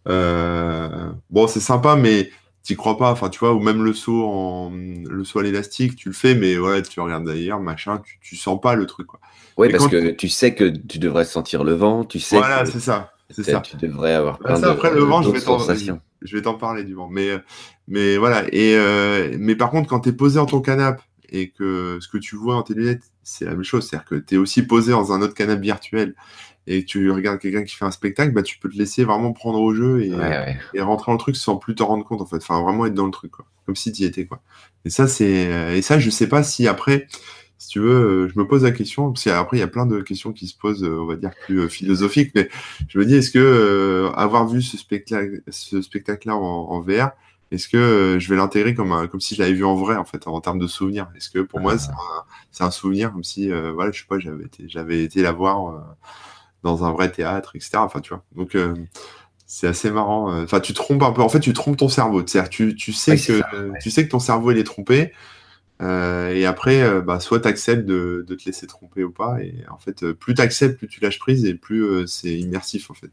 Euh, bon, c'est sympa, mais t'y crois pas. Enfin, tu vois, ou même le saut en le saut à l'élastique, tu le fais, mais ouais, tu regardes d'ailleurs, machin, tu, tu sens pas le truc, quoi. Oui, Mais parce quand que tu sais que tu devrais sentir le vent, tu sais que voilà, c'est ça, c'est peut-être ça. tu devrais avoir Bah, plein ça, après, le de, vent, je d'autres vais t'en, sensations. je vais t'en parler du vent. Mais, mais voilà. Et, euh, mais par contre, quand tu es posé dans ton canapé et que ce que tu vois dans tes lunettes, c'est la même chose. C'est-à-dire que tu es aussi posé dans un autre canapé virtuel et que tu regardes quelqu'un qui fait un spectacle, bah, tu peux te laisser vraiment prendre au jeu Ouais, et, ouais. et rentrer dans le truc sans plus t'en rendre compte, en fait. Enfin, vraiment être dans le truc, quoi. Comme si tu y étais, quoi. Et ça, c'est, et ça, je sais pas si après, si tu veux, euh, je me pose la question, parce qu'après, il y a plein de questions qui se posent, euh, on va dire, plus euh, philosophiques, mais je me dis, est-ce que euh, avoir vu ce spectacle, ce spectacle-là en, en V R, est-ce que euh, je vais l'intégrer comme, un- comme si je l'avais vu en vrai, en fait, en, termes de souvenirs? Est-ce que pour moi, c'est Ah. un, c'est un souvenir comme si, euh, voilà, je sais pas, j'avais été, j'avais été la voir euh, dans un vrai théâtre, et cetera. Enfin, tu vois. Donc, euh, c'est assez marrant. euh. Enfin, tu trompes un peu. En fait, tu trompes ton cerveau. C'est-à-dire, tu, tu Oui, sais c'est que, ça. tu sais que ton cerveau, il est trompé. Euh, et après, euh, bah, soit tu acceptes de, de te laisser tromper ou pas. Et en fait, euh, plus tu acceptes, plus tu lâches prise et plus euh, c'est immersif, en fait.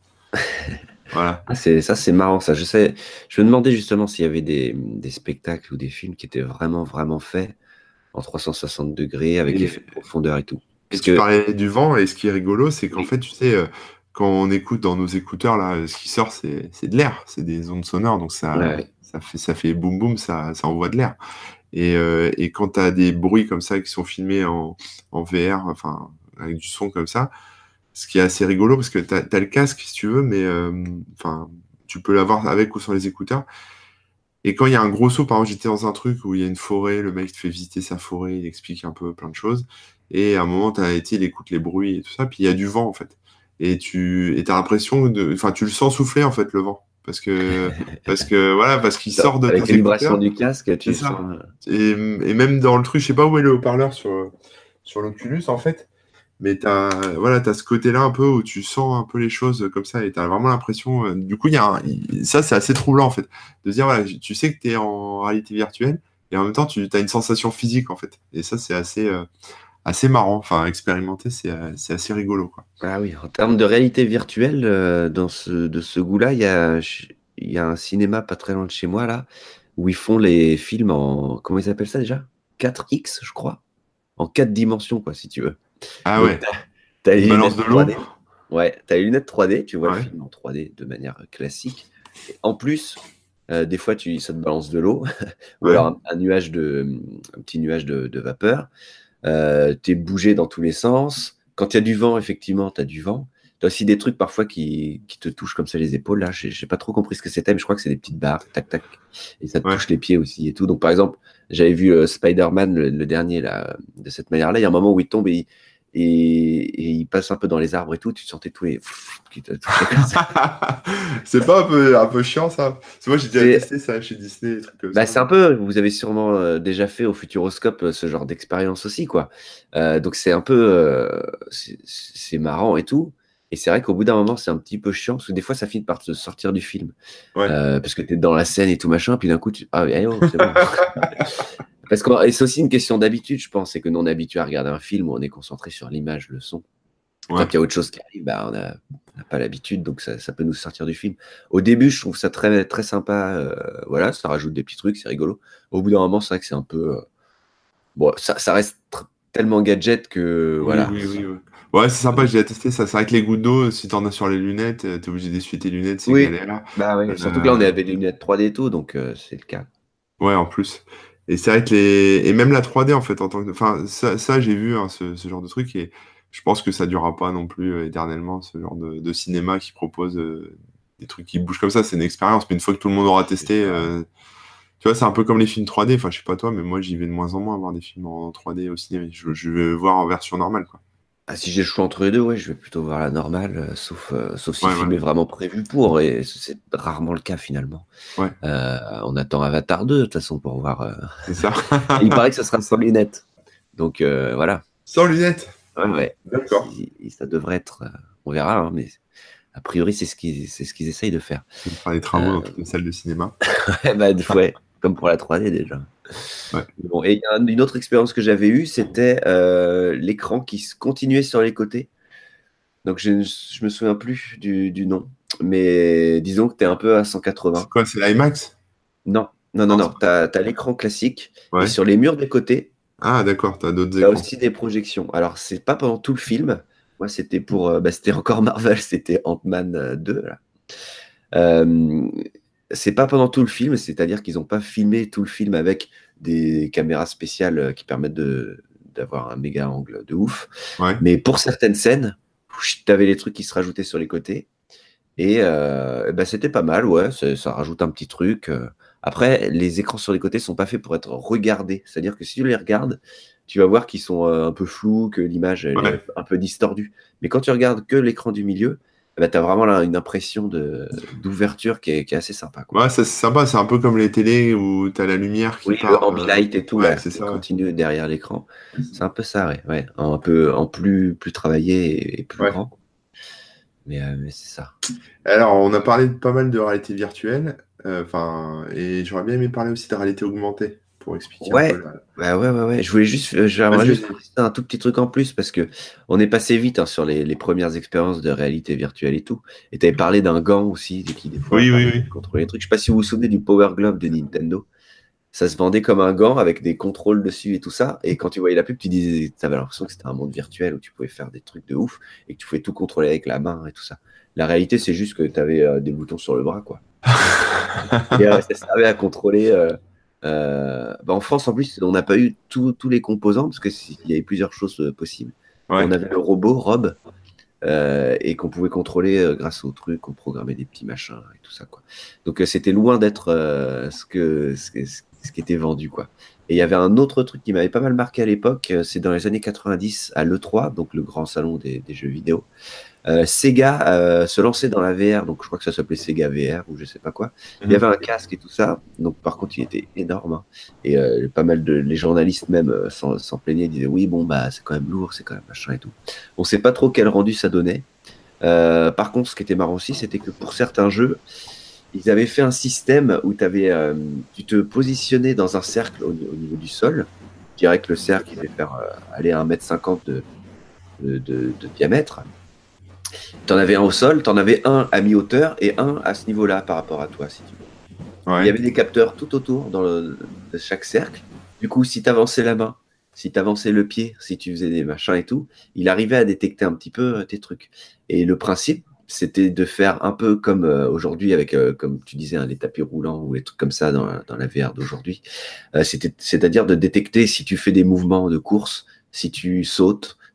Voilà. Ah, c'est, ça, c'est marrant, ça. Je sais, je me demandais justement s'il y avait des, des spectacles ou des films qui étaient vraiment, vraiment faits en trois cent soixante degrés avec Et, effet de profondeur et tout. et Parce tu que, parlais du vent, et ce qui est rigolo, c'est qu'en oui, fait, tu sais, euh, quand on écoute dans nos écouteurs, là, ce qui sort, c'est c'est de l'air, c'est des ondes sonores, donc ouais, ça, ouais. ça fait, ça fait boum boum, ça, ça envoie de l'air. Et, euh, et quand tu as des bruits comme ça qui sont filmés en, en V R, enfin, avec du son comme ça, ce qui est assez rigolo, parce que tu as, le casque, si tu veux, mais euh, enfin, tu peux l'avoir avec ou sans les écouteurs. Et quand il y a un gros saut, par exemple, j'étais dans un truc où il y a une forêt, le mec te fait visiter sa forêt, il explique un peu plein de choses. Et à un moment, t'as été, il écoute les bruits et tout ça, puis il y a du vent, en fait. Et tu et t'as l'impression de. Enfin, tu le sens souffler, en fait, le vent. Parce que, parce que voilà, parce qu'il sort de Avec tes les vibrations écouteurs. du casque, C'est tu sens. ça. Et, et même dans le truc, je sais pas où est le haut-parleur sur, sur l'Oculus, en fait. Mais t'as, voilà, t'as ce côté-là un peu où tu sens un peu les choses comme ça et t'as vraiment l'impression. euh, du coup, il y a un- il- ça, c'est assez troublant en fait, de se dire voilà, tu sais que t'es en réalité virtuelle et en même temps, tu as une sensation physique en fait. Et ça, c'est assez, euh, assez marrant. Enfin, expérimenter, c'est, euh, c'est assez rigolo quoi. Ah oui, en termes de réalité virtuelle, euh, dans ce, de ce goût-là, il y a, il y a un cinéma pas très loin de chez moi, là, où ils font les films en, comment ils appellent ça déjà? quatre X, je crois. En quatre dimensions, quoi, si tu veux. Ah Donc, ouais, tu as une les balance lunettes de trois l'eau. D. Ouais, tu as les lunettes trois D, tu vois le Ouais, film en trois D de manière classique. Et en plus, euh, des fois, tu, ça te balance de l'eau, ou alors ouais. un, un nuage de, un petit nuage de, de vapeur. Euh, tu es bougé dans tous les sens. Quand il y a du vent, effectivement, tu as du vent. Tu as aussi des trucs parfois qui, qui te touchent comme ça les épaules. Là, j'ai j'ai pas trop compris ce que c'était, mais je crois que c'est des petites barres, tac, tac. Et ça te Ouais. touche les pieds aussi et tout. Donc, par exemple, j'avais vu euh, Spider-Man, le, le dernier, là, de cette manière-là. Il y a un moment où il tombe et il, et, et il passe un peu dans les arbres et tout. Tu sentais tous les. qui te touchaient comme ça. C'est pas un peu, un peu chiant ça? Parce que moi j'ai déjà C'est testé ça chez Disney, des trucs comme bah, ça. c'est un peu. Vous avez sûrement euh, déjà fait au Futuroscope euh, ce genre d'expérience aussi, quoi. Euh, donc, c'est un peu. euh, c'est c'est marrant et tout. Et c'est vrai qu'au bout d'un moment, c'est un petit peu chiant parce que des fois, ça finit par te sortir du film. Ouais. Euh, parce que tu es dans la scène et tout machin, puis d'un coup, tu. Ah, allez, oh, c'est bon. Parce que et c'est aussi une question d'habitude, je pense. C'est que nous, on est habitué à regarder un film où on est concentré sur l'image, le son. Quand Ouais. il y a autre chose qui arrive, bah, on n'a on n'a pas l'habitude, donc ça, ça peut nous sortir du film. Au début, je trouve ça très, très sympa. euh, voilà, ça rajoute des petits trucs, c'est rigolo. Au bout d'un moment, c'est vrai que c'est un peu. euh, bon, ça, ça reste tr- tellement gadget que Oui, voilà. oui, oui, ouais. Ouais, c'est sympa, j'ai déjà testé ça. C'est vrai que les gouttes d'eau, si t'en as sur les lunettes, euh, t'es obligé d'essuyer tes lunettes, c'est Oui, galère. bah oui. Surtout que là, on est Euh, avec des lunettes trois D et tout, donc euh, c'est le cas. ouais, en plus. Et c'est vrai que les. Et même la trois D, en fait, en tant que. Enfin, ça, ça j'ai vu, hein, ce, ce genre de truc, et je pense que ça durera pas non plus euh, éternellement, ce genre de, de cinéma qui propose euh, des trucs qui bougent comme ça. C'est une expérience, mais une fois que tout le monde aura C'est testé, ça. euh, tu vois, c'est un peu comme les films trois D. Enfin, je sais pas toi, mais moi, j'y vais de moins en moins voir des films en trois D au cinéma. Je, je vais voir en version normale, quoi. Ah, si j'ai le choix entre les deux, ouais, je vais plutôt voir la normale, euh, sauf, euh, sauf si le Ouais, film ouais, est vraiment prévu pour, et c'est rarement le cas finalement. ouais, Euh, on attend Avatar deux de toute façon pour voir. euh, c'est ça. Et il paraît que ça sera sans lunettes. Donc euh, voilà. Sans lunettes. Ouais, ouais. D'accord. Si- ça devrait être. euh, on verra, hein, mais a priori, c'est ce qu'ils c'est ce qu'ils essayent de faire. On va faire des travaux Euh, dans toute une salle de cinéma. ouais, bah, ouais, comme pour la trois D déjà. Ouais. Bon, et il y a un- une autre expérience que j'avais eue, c'était euh, l'écran qui se continuait sur les côtés. Donc je ne je me souviens plus du, du nom, mais disons que tu es un peu à C'est cent quatre-vingts. quoi, c'est l'IMAX? Non, non, non, Non, non. c'est pas Tu ça. as l'écran classique et Ouais. sur les murs des côtés, Ah, d'accord, t'as d'autres tu as écrans. aussi des projections. Alors, c'est pas pendant tout le film. Moi, c'était pour. euh, bah, c'était encore Marvel, c'était Ant-Man euh, deux. Là. Euh, c'est pas pendant tout le film, c'est-à-dire qu'ils n'ont pas filmé tout le film avec des caméras spéciales euh, qui permettent de d'avoir un méga angle de ouf. Ouais. Mais pour certaines scènes, tu avais les trucs qui se rajoutaient sur les côtés. Et euh, bah, c'était pas mal, ouais, c'est- ça rajoute un petit truc. euh. Après, les écrans sur les côtés sont pas faits pour être regardés. C'est-à-dire que si tu les regardes, tu vas voir qu'ils sont euh, un peu flous, que l'image elle Ouais. est un peu distordue. Mais quand tu regardes que l'écran du milieu, bah, tu as vraiment là une impression de, d'ouverture qui est, qui est assez sympa, quoi. Ouais, ça, c'est sympa, c'est un peu comme les télés où t'as la lumière qui Oui, le part. euh, ambilight et tout, Ouais, là, c'est qui ça, ouais. continue derrière l'écran. C'est un peu ça, ouais. ouais. Un peu en plus, plus travaillé et, et plus Ouais. grand. Mais, euh, mais c'est ça. Alors, on a parlé de pas mal de réalité virtuelle, euh, enfin, et j'aurais bien aimé parler aussi de réalité augmentée pour expliquer un peu Ouais, la. bah ouais, ouais, ouais. Je voulais juste, euh, j'aimerais Vas-y, juste vas-y. préciser un tout petit truc en plus parce que on est passé vite hein, sur les, les premières expériences de réalité virtuelle et tout. Et tu avais parlé d'un gant aussi qui des fois Oui, oui, permettait oui. de contrôler les trucs. Je sais pas si vous vous souvenez du Power Glove de Nintendo. Ça se vendait comme un gant avec des contrôles dessus et tout ça. Et quand tu voyais la pub, tu disais, tu avais l'impression que c'était un monde virtuel où tu pouvais faire des trucs de ouf et que tu pouvais tout contrôler avec la main et tout ça. La réalité, c'est juste que tu avais des boutons sur le bras, quoi. Et euh, ça servait à contrôler. euh, euh, bah, en France, en plus, on n'a pas eu tous tous les composants parce qu'il y avait plusieurs choses euh, possibles. Mais Ouais. on avait le robot Rob euh, et qu'on pouvait contrôler euh, grâce au truc, on programmait des petits machins et tout ça, quoi. Donc euh, c'était loin d'être euh, ce que ce, que- ce qui était vendu, quoi. Et il y avait un autre truc qui m'avait pas mal marqué à l'époque, euh, c'est dans les années quatre-vingt-dix à l'E trois, donc le grand salon des, des jeux vidéo. Euh, Sega euh, se lançait dans la V R, donc je crois que ça s'appelait Sega V R ou je sais pas quoi. Il y avait Mhm. un casque et tout ça, donc par contre il était énorme. hein. Et euh, pas mal de les journalistes même euh, s'en, s'en plaignaient, ils disaient oui bon bah c'est quand même lourd, c'est quand même machin et tout. On sait pas trop quel rendu ça donnait. Euh, par contre, ce qui était marrant aussi, c'était que pour certains jeux, ils avaient fait un système où t'avais, euh, tu te positionnais dans un cercle au, au niveau du sol. Je dirais que le cercle il devait faire euh, aller à un mètre cinquante de, de, de, de diamètre. T'en avais un au sol, t'en avais un à mi-hauteur et un à ce niveau-là par rapport à toi, si tu veux. Il y Ouais. avait des capteurs tout autour dans le, de chaque cercle. Du coup, si t'avançais la main, si t'avançais le pied, si tu faisais des machins et tout, il arrivait à détecter un petit peu euh, tes trucs. Et le principe, c'était de faire un peu comme euh, aujourd'hui avec, euh, comme tu disais, hein, les tapis roulants ou les trucs comme ça dans, la- dans la V R d'aujourd'hui. Euh, c'était, c'est-à-dire de détecter si tu fais des mouvements de course, si tu sautes,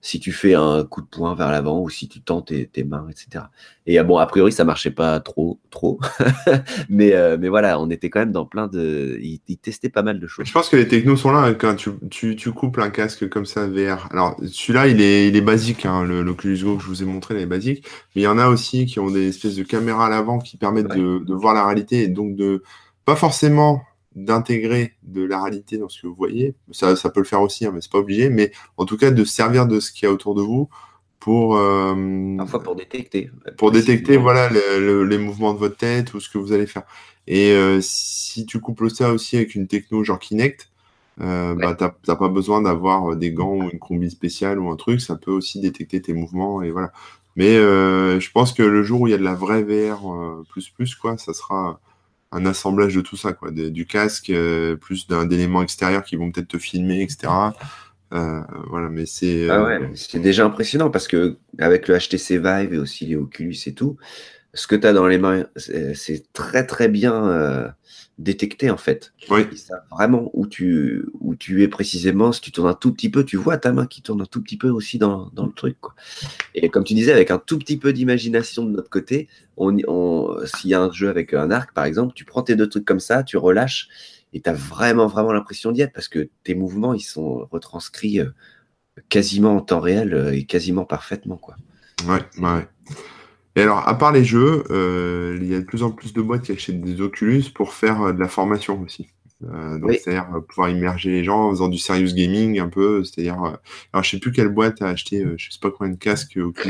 si tu fais un coup de poing vers l'avant ou si tu tends tes, tes mains, et cetera. Et bon, a priori, ça marchait pas trop, trop. mais, euh, mais voilà, on était quand même dans plein de. Ils, ils testaient pas mal de Je choses. pense que les technos sont là hein, quand tu, tu, tu couples un casque comme ça V R. Alors, celui-là, il est, il est basique, hein, le, l'Oculus Go que je vous ai montré, il est basique. Mais il y en a aussi qui ont des espèces de caméras à l'avant qui permettent Ouais. de, de voir la réalité et donc de, pas forcément d'intégrer de la réalité dans ce que vous voyez. Ça, ça peut le faire aussi, hein, mais c'est pas obligé. Mais en tout cas, de se servir de ce qu'il y a autour de vous pour, euh, Parfois pour détecter. pour détecter Précisément. voilà, le- le- les mouvements de votre tête ou ce que vous allez faire. Et euh, si tu couples ça aussi avec une techno genre Kinect, euh, Ouais. bah, t'as t'as pas besoin d'avoir des gants ou une combi spéciale ou un truc, ça peut aussi détecter tes mouvements et voilà. Mais euh, je pense que le jour où il y a de la vraie V R euh, plus plus quoi, ça sera un assemblage de tout ça quoi, de- du casque euh, plus d'un d'éléments extérieurs qui vont peut-être te filmer, et cetera. Euh, voilà, mais c'est Ah euh, ouais, c'est déjà impressionnant parce que avec le H T C Vive et aussi les Oculus et tout, ce que tu as dans les mains, c'est c'est très très bien euh, détecté en fait. oui, Ils savent vraiment où tu, où tu es précisément. Si tu tournes un tout petit peu, tu vois ta main qui tourne un tout petit peu aussi dans, dans le truc, quoi. Et comme tu disais, avec un tout petit peu d'imagination de notre côté, on, on, s'il y a un jeu avec un arc, par exemple, tu prends tes deux trucs comme ça, tu relâches, et tu as vraiment, vraiment l'impression d'y être, parce que tes mouvements, ils sont retranscrits euh, quasiment en temps réel euh, et quasiment parfaitement, quoi. ouais, ouais. Et- Ouais. Et alors, à part les jeux, euh, il y a de plus en plus de boîtes qui achètent des Oculus pour faire euh, de la formation aussi. Euh, donc, Oui, c'est-à-dire euh, pouvoir immerger les gens en faisant du serious gaming un peu. C'est-à-dire, euh, alors je sais plus quelle boîte a acheté, euh, je sais pas combien de casques euh, Oculus.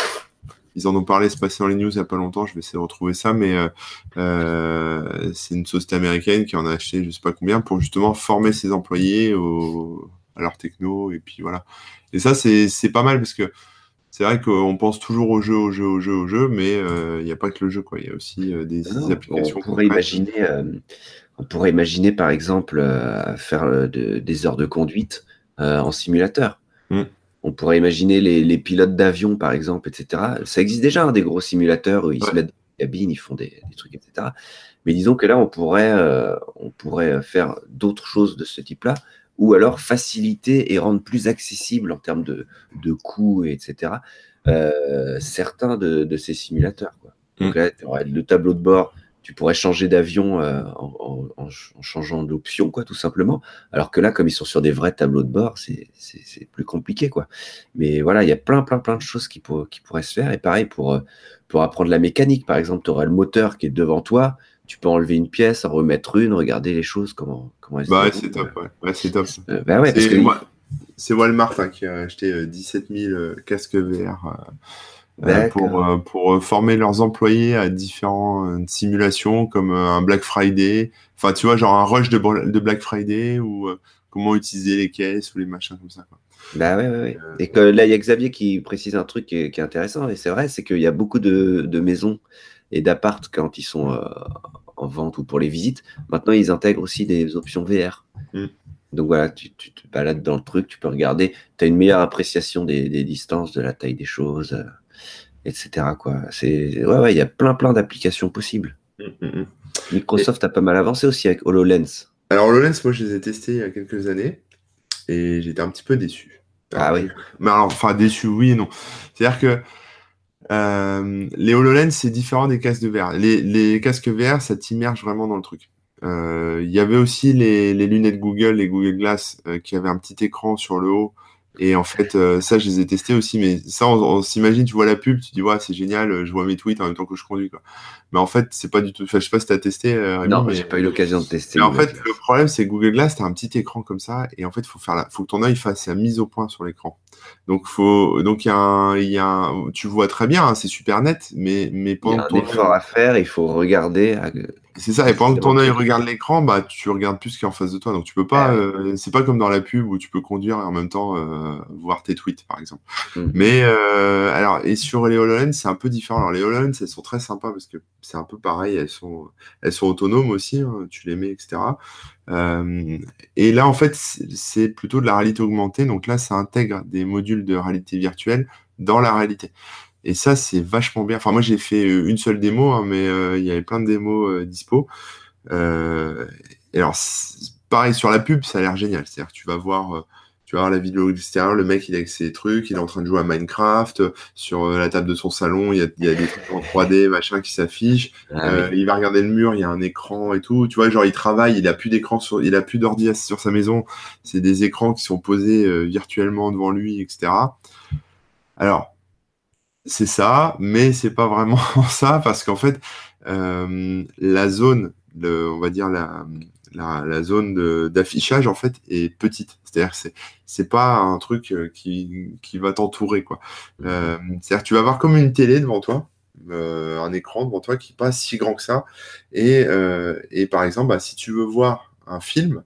Ils en ont parlé, c'est passé dans les news il y a pas longtemps. Je vais essayer de retrouver ça, mais euh, euh, c'est une société américaine qui en a acheté, je sais pas combien, pour justement former ses employés au, à leur techno. Et puis voilà. Et ça, c'est c'est pas mal parce que c'est vrai qu'on pense toujours au jeu, au jeu, au jeu, au jeu, mais euh, il n'y a pas que le jeu, quoi. Il y a aussi euh, des, des non, on applications pourrait concrètes. imaginer, euh, on pourrait imaginer par exemple euh, faire euh, de- des heures de conduite euh, en simulateur. Mm. On pourrait imaginer les, les pilotes d'avion, par exemple, et cetera. Ça existe déjà, hein, des gros simulateurs où ils se Ouais. mettent dans la cabine, ils font des, des trucs, et cetera. Mais disons que là, on pourrait, euh, on pourrait faire d'autres choses de ce type-là, ou alors faciliter et rendre plus accessible en termes de, de coûts, et cetera, euh, certains de, de ces simulateurs, quoi. Donc Mm. là, tu aurais le tableau de bord, tu pourrais changer d'avion euh, en, en, en changeant d'option, quoi, tout simplement. Alors que là, comme ils sont sur des vrais tableaux de bord, c'est, c'est, c'est plus compliqué, quoi. Mais voilà, il y a plein, plein, plein de choses qui, pour, qui pourraient se faire. Et pareil, pour, euh, pour apprendre la mécanique, par exemple, tu auras le moteur qui est devant toi, tu peux enlever une pièce, en remettre une, regarder les choses, comment, comment elles se Bah ouais, c'est déroulent. top, ouais. Ouais, c'est top. Euh, bah ouais, parce que C'est moi, c'est Walmart hein, qui a acheté euh, dix-sept mille euh, casques V R euh, euh, pour, d'accord. euh, pour euh, former leurs employés à différentes simulations comme euh, un Black Friday. Enfin, tu vois, genre un rush de, Bra- de Black Friday ou euh, comment utiliser les caisses ou les machins comme ça, quoi. Bah ouais, ouais, Et, ouais. euh, Et que là, il y a Xavier qui précise un truc qui est, qui est intéressant, et c'est vrai, c'est qu'il y a beaucoup de, de maisons et d'appart quand ils sont euh, en vente ou pour les visites. Maintenant, ils intègrent aussi des options V R. mm. Donc voilà, tu, tu te balades dans le truc, tu peux regarder, tu as une meilleure appréciation des, des distances, de la taille des choses, euh, et cetera, quoi. C'est, ouais, ouais, il y a plein, plein d'applications possibles. Mm, mm, mm. Et, Microsoft a pas mal avancé aussi avec HoloLens. alors, HoloLens, moi, je les ai testés il y a quelques années et j'étais un petit peu déçu. Ah Alors, je- oui, mais alors, enfin, déçu, oui et non. C'est-à-dire que euh, les HoloLens, c'est différent des casques de V R. Les, les casques V R, ça t'immerge vraiment dans le truc. Euh, Il y avait aussi les, les lunettes Google, les Google Glass, euh, qui avaient un petit écran sur le haut. Et en fait, euh, ça, je les ai testés aussi. Mais ça, on, on s'imagine, tu vois la pub, tu dis, ouais, c'est génial, je vois mes tweets en même temps que je conduis, quoi. Mais en fait, c'est pas du tout. Enfin, je sais pas si t'as testé, euh, Rémi, non, mais j'ai pas eu l'occasion de tester mais en Google fait, le Glass. problème, c'est que Google Glass, tu as un petit écran comme ça, et en fait, faut faire la... faut que ton œil fasse la mise au point sur l'écran. Donc, faut... Donc, il y a un... il y a un... tu vois très bien, hein, c'est super net, mais, mais Il y pendant a que un ton effort œil... à faire, il faut regarder à- C'est ça, et pendant que précisément ton le œil truc. regarde l'écran, bah, tu regardes plus ce qui est en face de toi. Donc, tu peux Ah pas, oui. euh, c'est pas comme dans la pub où tu peux conduire et en même temps euh, voir tes tweets, par exemple. Mm. Mais, euh, alors, et sur les HoloLens, c'est un peu différent. Alors, les HoloLens, elles sont très sympas parce que c'est un peu pareil, elles sont, elles sont autonomes aussi, hein, tu les mets, et cetera. Euh, et là, en fait, c'est c'est plutôt de la réalité augmentée. Donc là, ça intègre des modules de réalité virtuelle dans la réalité. Et ça, c'est vachement bien. Enfin, moi, j'ai fait euh, une seule démo, hein, mais euh, il y avait plein de démos euh, dispo. Euh, et alors, c'est- pareil, sur la pub, ça a l'air génial. C'est-à-dire que tu vas voir, euh, tu vas voir la vidéo extérieure, le mec il est avec ses trucs, il est en train de jouer à Minecraft, sur euh, la table de son salon, il y a, il y a des trucs en trois D, machin, qui s'affichent. Ah Euh, oui. il va regarder le mur, il y a un écran et tout. Tu vois, genre il travaille, il a plus d'écran sur, il a plus d'ordi sur sa maison. C'est des écrans qui sont posés euh, virtuellement devant lui, et cetera. Alors, c'est ça, mais c'est pas vraiment ça parce qu'en fait, euh, la zone, le, on va dire la, la, la zone de- d'affichage en fait est petite. C'est-à-dire que c'est c'est pas un truc euh, qui qui va t'entourer quoi. Euh, c'est-à-dire que tu vas avoir comme une télé devant toi, euh, un écran devant toi qui est pas si grand que ça. Et euh, et par exemple, bah, si tu veux voir un film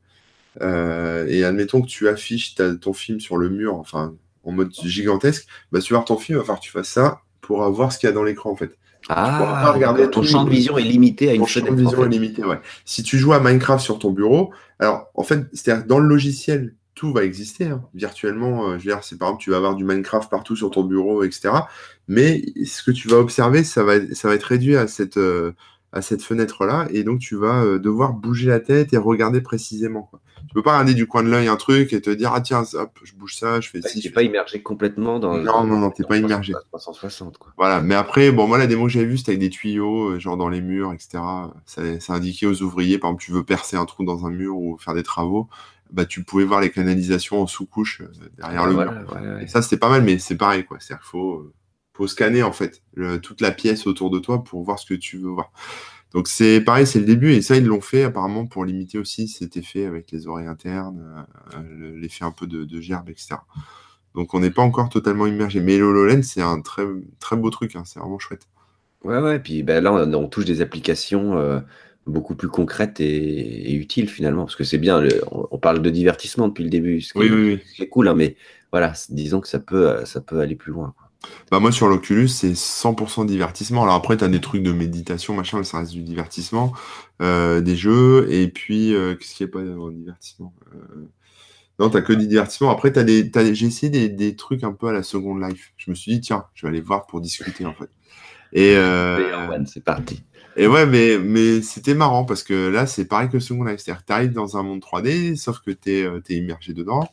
euh, et admettons que tu affiches ta- ton film sur le mur, enfin en mode gigantesque, bah, si tu veux voir ton film, il va falloir que tu fasses ça pour avoir ce qu'il y a dans l'écran en fait. Tu pourras pas Ah, regarder d'accord. Ton champ tout, de vision est limité à une ton champ de fenêtre, en vision est fait. limité, ouais. Si tu joues à Minecraft sur ton bureau, alors en fait, c'est-à-dire que dans le logiciel, tout va exister, hein. Virtuellement, euh, je veux dire, c'est par exemple, tu vas avoir du Minecraft partout sur ton bureau, et cetera. Mais ce que tu vas observer, ça va, ça va être réduit à cette, euh, à cette fenêtre-là, et donc tu vas euh, devoir bouger la tête et regarder précisément, quoi. Tu peux pas regarder du coin de l'œil un truc et te dire, ah tiens, hop, je bouge ça, je fais Ouais, ci, t'es je fais pas ça. immergé complètement dans, Non, dans, non, non, t'es dans pas immergé. trois cent soixante, quoi. Voilà, mais après, bon, moi, la démo que j'avais vue, c'était avec des tuyaux, euh, genre dans les murs, et cetera. Ça, ça indiquait aux ouvriers, par exemple, tu veux percer un trou dans un mur ou faire des travaux, bah, tu pouvais voir les canalisations en sous-couche euh, Ah derrière bah le mur. voilà, ouais, Et ouais. ça, c'était pas mal, mais c'est pareil, quoi. C'est-à-dire qu'il faut, euh, faut scanner, en fait, le- toute la pièce autour de toi pour voir ce que tu veux voir. Donc, c'est pareil, c'est le début, et ça, ils l'ont fait apparemment pour limiter aussi cet effet avec les oreilles internes, euh, euh, l'effet un peu de, de gerbe, et cetera. Donc, on n'est pas encore totalement immergé. Mais le HoloLens, c'est un très, très beau truc, hein, c'est vraiment chouette. Ouais, ouais, puis ben là, on, on touche des applications euh, beaucoup plus concrètes et, et utiles finalement, parce que c'est bien, le- on, on parle de divertissement depuis le début, ce qui Oui, est, oui, oui. ce qui est cool, hein, mais voilà, c- disons que ça peut, euh, ça peut aller plus loin, quoi. Bah moi sur l'Oculus, c'est cent pour cent divertissement. Alors après, tu as des trucs de méditation, machin, mais ça reste du divertissement. Euh, des jeux, et puis, euh, qu'est-ce qu'il n'y a pas dans le divertissement? Euh, Non, t'as que du divertissement. Après, t'as des, t'as des- j'ai essayé des, des trucs un peu à la Second Life. Je me suis dit, tiens, je vais aller voir pour discuter, en fait. Et, Player euh, One, c'est parti. et ouais, mais, mais c'était marrant, parce que là, c'est pareil que Second Life. C'est-à-dire que t'arrives dans un monde trois D, sauf que t'es, euh, t'es immergé dedans.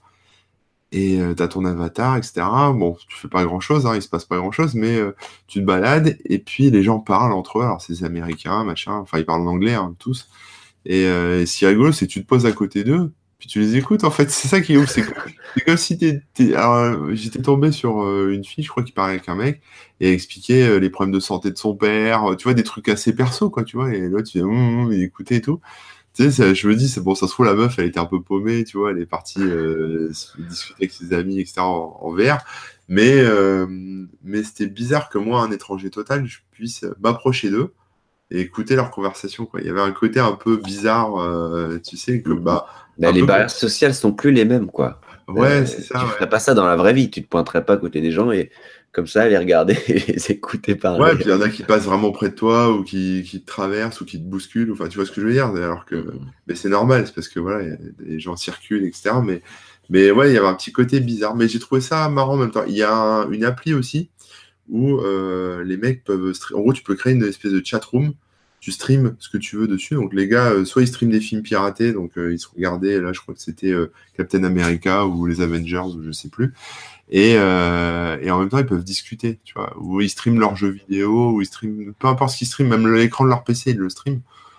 Et euh, t'as ton avatar, et cetera. Bon, tu fais pas grand-chose, hein, il se passe pas grand-chose, mais euh, tu te balades et puis les gens parlent entre eux. Alors c'est des Américains, machin, enfin ils parlent en anglais, hein, tous. Et, euh, et ce qui est rigolo, c'est que tu te poses à côté d'eux, puis tu les écoutes. En fait, c'est ça qui est ouf. C'est comme, c'est comme si t'es, t'es- alors euh, j'étais tombé sur euh, une fille, je crois, qui parlait avec un mec et elle expliquait euh, les problèmes de santé de son père. euh, Tu vois, des trucs assez perso, quoi. Tu vois. Et là, tu fais, hum, hum, il écoutait et tout. Tu sais, ça- je me dis, c'est bon, ça se trouve, la meuf, elle était un peu paumée, tu vois, elle est partie euh, s- discuter avec ses amis, et cetera, en, en V R. Mais, euh, mais c'était bizarre que moi, un étranger total, je puisse m'approcher d'eux et écouter leur conversation, quoi. Il y avait un côté un peu bizarre, euh, tu sais, Mm, comme, mm. bah, Ben, un les peu barrières comme... sociales sont plus les mêmes, quoi. Ouais, c'est Euh, ça, tu ouais. ferais pas ça dans la vraie vie, tu te pointerais pas à côté des gens et comme ça, les regarder et les écouter Ouais, parler. puis il y en a qui passent vraiment près de toi ou qui, qui te traversent ou qui te bousculent, enfin, tu vois ce que je veux dire, alors Mm, que, mm. mais c'est normal, c'est parce que voilà, il y a- les gens circulent, et cetera. Mais, mais ouais, il y avait un petit côté bizarre, mais j'ai trouvé ça marrant en même temps. Il y a un- une appli aussi où euh, les mecs peuvent, stre- en gros, tu peux créer une espèce de chat room, tu streams ce que tu veux dessus. Donc les gars, euh, soit ils streament des films piratés, donc euh, ils se regardaient, là, je crois que c'était euh, Captain America ou les Avengers ou je sais plus. Et, euh, et en même temps, ils peuvent discuter, tu vois, ou ils streament leurs jeux vidéo, ou ils streament, peu importe ce qu'ils streament, même l'écran de leur P C, ils le streament,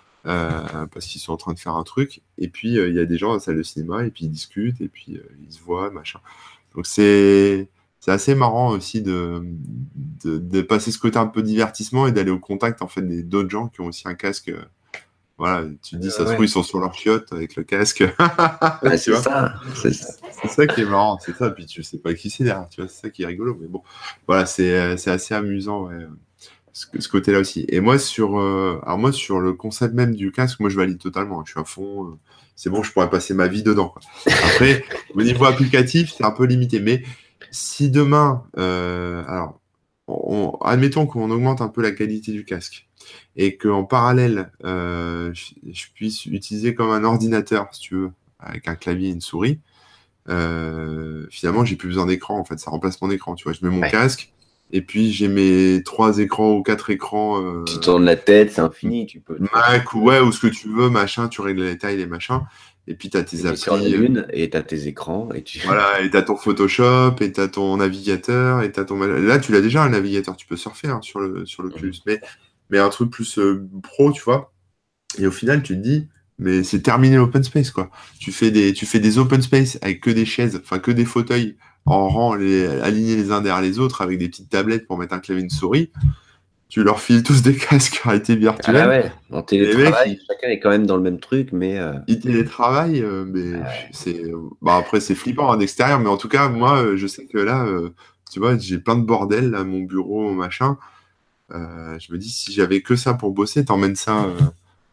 euh, parce qu'ils sont en train de faire un truc. Et puis, euh, il y a des gens à la salle de cinéma, et puis ils discutent, et puis euh, ils se voient, machin. Donc, c'est, c'est assez marrant aussi de, de, de passer ce côté un peu divertissement et d'aller au contact, en fait, des, d'autres gens qui ont aussi un casque. euh, Voilà, tu te dis, Euh, ça se trouve, ouais. ils sont sur leur chiotte avec le casque, Bah, tu c'est vois. ça, c'est ça. C'est ça qui est marrant, c'est ça. Puis tu sais pas qui c'est derrière, tu vois, c'est ça qui est rigolo. Mais bon, voilà, c'est euh, c'est assez amusant, ouais, ce, ce côté-là aussi. Et moi sur, euh, alors moi sur le concept même du casque, moi je valide totalement. Je suis à fond. euh, c'est bon, je pourrais passer ma vie dedans, quoi. Après, au niveau applicatif, c'est un peu limité. Mais si demain, euh, alors, on- admettons qu'on augmente un peu la qualité du casque et qu'en parallèle, euh, je, je puisse utiliser comme un ordinateur, si tu veux, avec un clavier et une souris. Euh, finalement, j'ai plus besoin d'écran, en fait, ça remplace mon écran, tu vois. Je mets mon Ouais. casque, Et puis j'ai mes trois écrans ou quatre écrans. Euh, Tu tournes la tête, c'est infini, tu peux. Mac ou ouais, ou ce que tu veux, machin, tu règles les tailles, les machins. Et puis tu as tes Tu es sur la applis. Euh, Lune et tu as tes écrans et tu. voilà, et tu as ton Photoshop, et tu as ton navigateur, et tu as ton. Là, tu l'as déjà, un navigateur, tu peux surfer hein, sur le sur l'Oculus. Mhm. Mais, mais un truc plus euh, pro, tu vois. Et au final, tu te dis, mais c'est terminé l'open space, quoi. Tu fais des, tu fais des open space avec que des chaises, enfin que des fauteuils en rang, les, alignés les uns derrière les autres, avec des petites tablettes pour mettre un clavier et une souris. Tu leur files tous des casques réalité Ah virtuelle. ouais, en Et les mecs, télétravail, ils, chacun est quand même dans le même truc, mais. euh, ils télétravaillent, euh, mais ah pff, ouais. c'est. Bah après, c'est flippant hein, d'extérieur, mais en tout cas, moi, euh, je sais que là, euh, tu vois, j'ai plein de bordel, là, mon bureau, machin. Euh, je me dis, si j'avais que ça pour bosser, t'emmènes ça. Euh,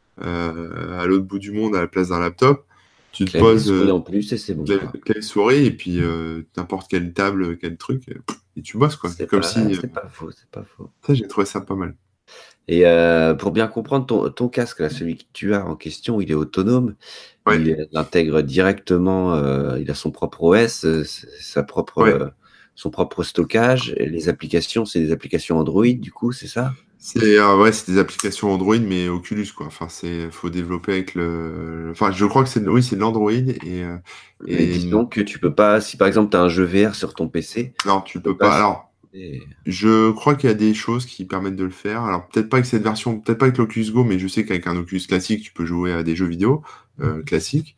euh, à l'autre bout du monde à la place d'un laptop. Tu te Clavier poses souris euh, en plus et c'est bon, clavier quoi. clavier souris et puis euh, n'importe quelle table, quel truc, euh, et tu bosses quoi. C'est Comme pas, si. Euh, c'est pas faux, c'est pas faux. ça, j'ai trouvé ça pas mal. Et euh, pour bien comprendre ton, ton casque, là, celui que tu as en question, il est autonome, Ouais, il intègre directement, euh, il a son propre O S, euh, sa propre, ouais. euh, son propre stockage. Et les applications, c'est des applications Android, du coup, c'est ça? C'est euh, ouais, c'est des applications Android, mais Oculus quoi. Enfin, c'est faut développer avec le. Enfin, je crois que c'est de- oui, c'est de l'Android et euh, Mais et disons que tu peux pas, si par exemple tu as un jeu V R sur ton P C, non, tu tu peux peux pas. pas. Alors, Et- je crois qu'il y a des choses qui permettent de le faire. Alors, peut-être pas avec cette version, peut-être pas avec l'Oculus Go, mais je sais qu'avec un Oculus classique, tu peux jouer à des jeux vidéo euh, classiques.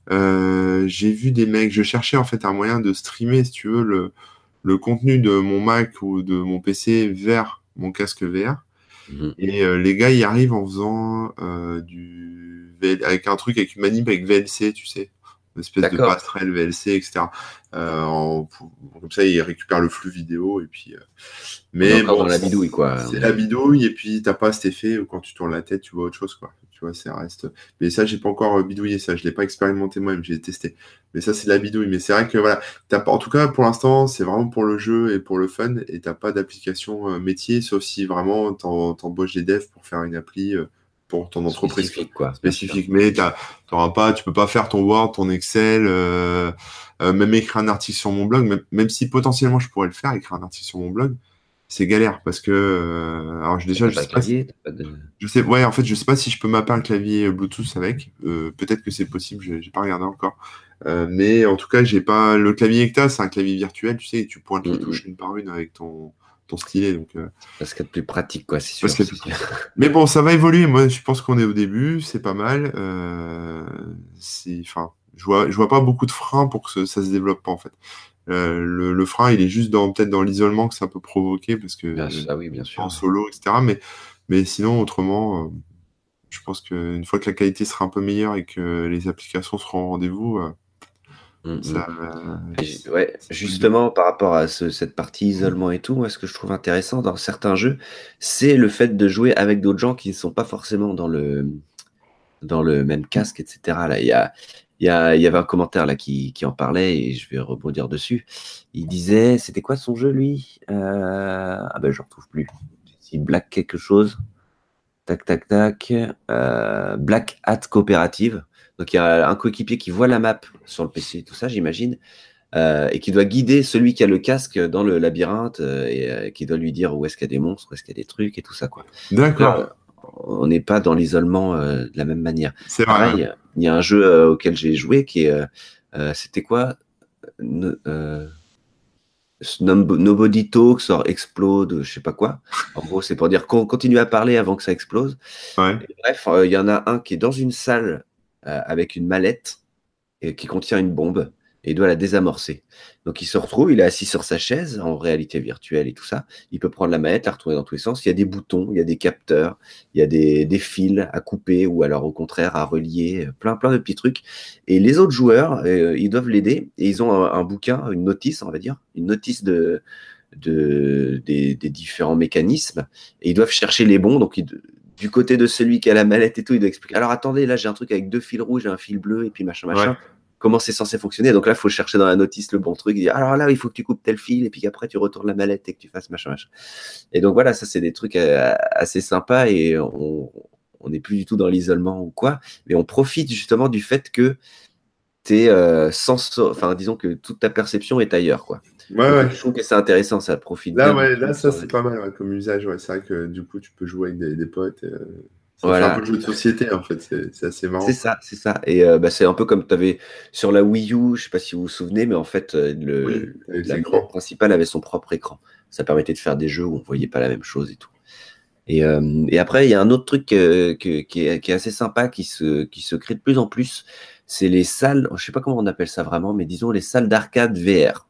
Euh, j'ai vu des mecs, je cherchais en fait un moyen de streamer, si tu veux, le, le contenu de mon Mac ou de mon P C vers mon casque V R. Mhm. Et euh, les gars y arrivent en faisant euh, du V L avec un truc avec une manip avec V L C, tu sais, une espèce de D'accord. passerelle V L C, et cetera. Euh, en- pour- comme ça, ils récupèrent le flux vidéo et puis. euh, On est Mais encore bon, dans la bidouille, quoi. c'est On la est- bidouille et puis t'as pas cet effet où quand tu tournes la tête, tu vois autre chose, quoi. Tu vois, ça reste. Mais ça, j'ai pas encore euh, bidouillé ça. Je l'ai pas expérimenté moi-même. J'ai testé. Mais ça, c'est de la bidouille. Mais c'est vrai que voilà, t'as pas. En tout cas, pour l'instant, c'est vraiment pour le jeu et pour le fun. Et t'as pas d'application euh, métier, sauf si vraiment t'en- t'embauches des devs pour faire une appli euh, pour ton entreprise, quoi. Spécifique, quoi, bien sûr. Spécifique. Mais t'as, t'auras pas. Tu peux pas faire ton Word, ton Excel. Euh, euh, même écrire un article sur mon blog. Même, même si potentiellement je pourrais le faire, écrire un article sur mon blog c'est galère parce que euh, alors je- déjà T'as je pas de sais pas si- clavier, t'as pas de. je sais ouais en fait je sais pas si je peux mapper un clavier euh, Bluetooth avec. Euh, peut-être que c'est possible, j'ai j'ai pas regardé encore. Euh, mais en tout cas j'ai pas le clavier que t'as, c'est un clavier virtuel, tu sais, et tu pointes les touches Mhm. une par une avec ton ton stylet donc euh, Parce qu'il y a de plus pratique, quoi, c'est parce sûr. qu'il y a c'est plus sûr. pratique. Mais bon ça va évoluer, moi je pense qu'on est au début, c'est pas mal. Euh, c'est enfin je vois je vois pas beaucoup de freins pour que ce- ça se développe pas en fait. Euh, le, le frein, il est juste dans peut-être dans l'isolement que ça peut provoquer parce que Bien euh, sûr. Ah oui, bien en sûr. solo, et cetera. Mais, mais sinon, autrement, euh, je pense qu'une fois que la qualité sera un peu meilleure et que les applications seront au rendez-vous, euh, Mhm. ça, euh, Et ju- ouais, ça peut être bien. justement, par rapport à ce- cette partie isolement et tout, moi, ce que je trouve intéressant dans certains jeux, c'est le fait de jouer avec d'autres gens qui ne sont pas forcément dans le, dans le même casque, et cetera. Là, il y a, il y a, il y avait un commentaire là qui, qui en parlait et je vais rebondir dessus. Il disait, c'était quoi son jeu, lui? Euh, Ah ben, je ne retrouve plus. Si Black quelque chose. Tac, tac, tac. Euh, Black Hat Coopérative. Donc, il y a un coéquipier qui voit la map sur le P C, tout ça, j'imagine, euh, et qui doit guider celui qui a le casque dans le labyrinthe euh, et euh, qui doit lui dire où est-ce qu'il y a des monstres, où est-ce qu'il y a des trucs et tout ça, quoi. Donc D'accord, là, on n'est pas dans l'isolement euh, de la même manière. c'est vrai. Ouais. Pareil, il y a un jeu euh, auquel j'ai joué qui est. Euh, euh, c'était quoi? No- euh, Snom- Nobody Talks or Explode, je sais pas quoi. En gros, c'est pour dire qu'on continue à parler avant que ça explose. Ouais. Et bref, euh, il y en a un qui est dans une salle euh, avec une mallette et qui contient une bombe et il doit la désamorcer. Donc il se retrouve, il est assis sur sa chaise en réalité virtuelle et tout ça. Il peut prendre la manette, la retourner dans tous les sens. Il y a des boutons, il y a des capteurs, il y a des, des fils à couper ou alors au contraire à relier, plein plein de petits trucs. Et les autres joueurs, euh, ils doivent l'aider et ils ont un, un bouquin, une notice, on va dire, une notice de de, des, des différents mécanismes et ils doivent chercher les bons. Donc, ils, du côté de celui qui a la mallette et tout, il doit expliquer. Alors, attendez, là, j'ai un truc avec deux fils rouges et un fil bleu et puis machin, Ouais. machin. Comment c'est censé fonctionner? Donc là, il faut chercher dans la notice le bon truc. Il dit, alors là, il faut que tu coupes tel fil et puis qu'après, tu retournes la mallette et que tu fasses machin, machin. Et donc, voilà, ça, c'est des trucs euh, assez sympas et on on n'est plus du tout dans l'isolement ou quoi, mais on profite justement du fait que t'es euh, sans, enfin, disons que toute ta perception est ailleurs, quoi. Ouais, Donc, ouais. je trouve que c'est intéressant, ça profite Là, bien du ouais, truc là, ça, sans c'est être- pas mal ouais, comme usage. Ouais. C'est vrai que du coup, tu peux jouer avec des, des potes. euh, Ça fait un peu Voilà, jeu de société, en fait. C'est c'est assez c'est marrant. ça, c'est ça. Et euh, bah, c'est un peu comme tu avais sur la Wii U, je sais pas si vous vous souvenez, mais en fait, euh, Oui, le, avec la manette l'écran. principale avait son propre écran. Ça permettait de faire des jeux où on voyait pas la même chose et tout. Et, euh, et après, il y a un autre truc euh, que- qui est, qui est assez sympa, qui se, qui se crée de plus en plus. C'est les salles, je sais pas comment on appelle ça vraiment, mais disons les salles d'arcade V R.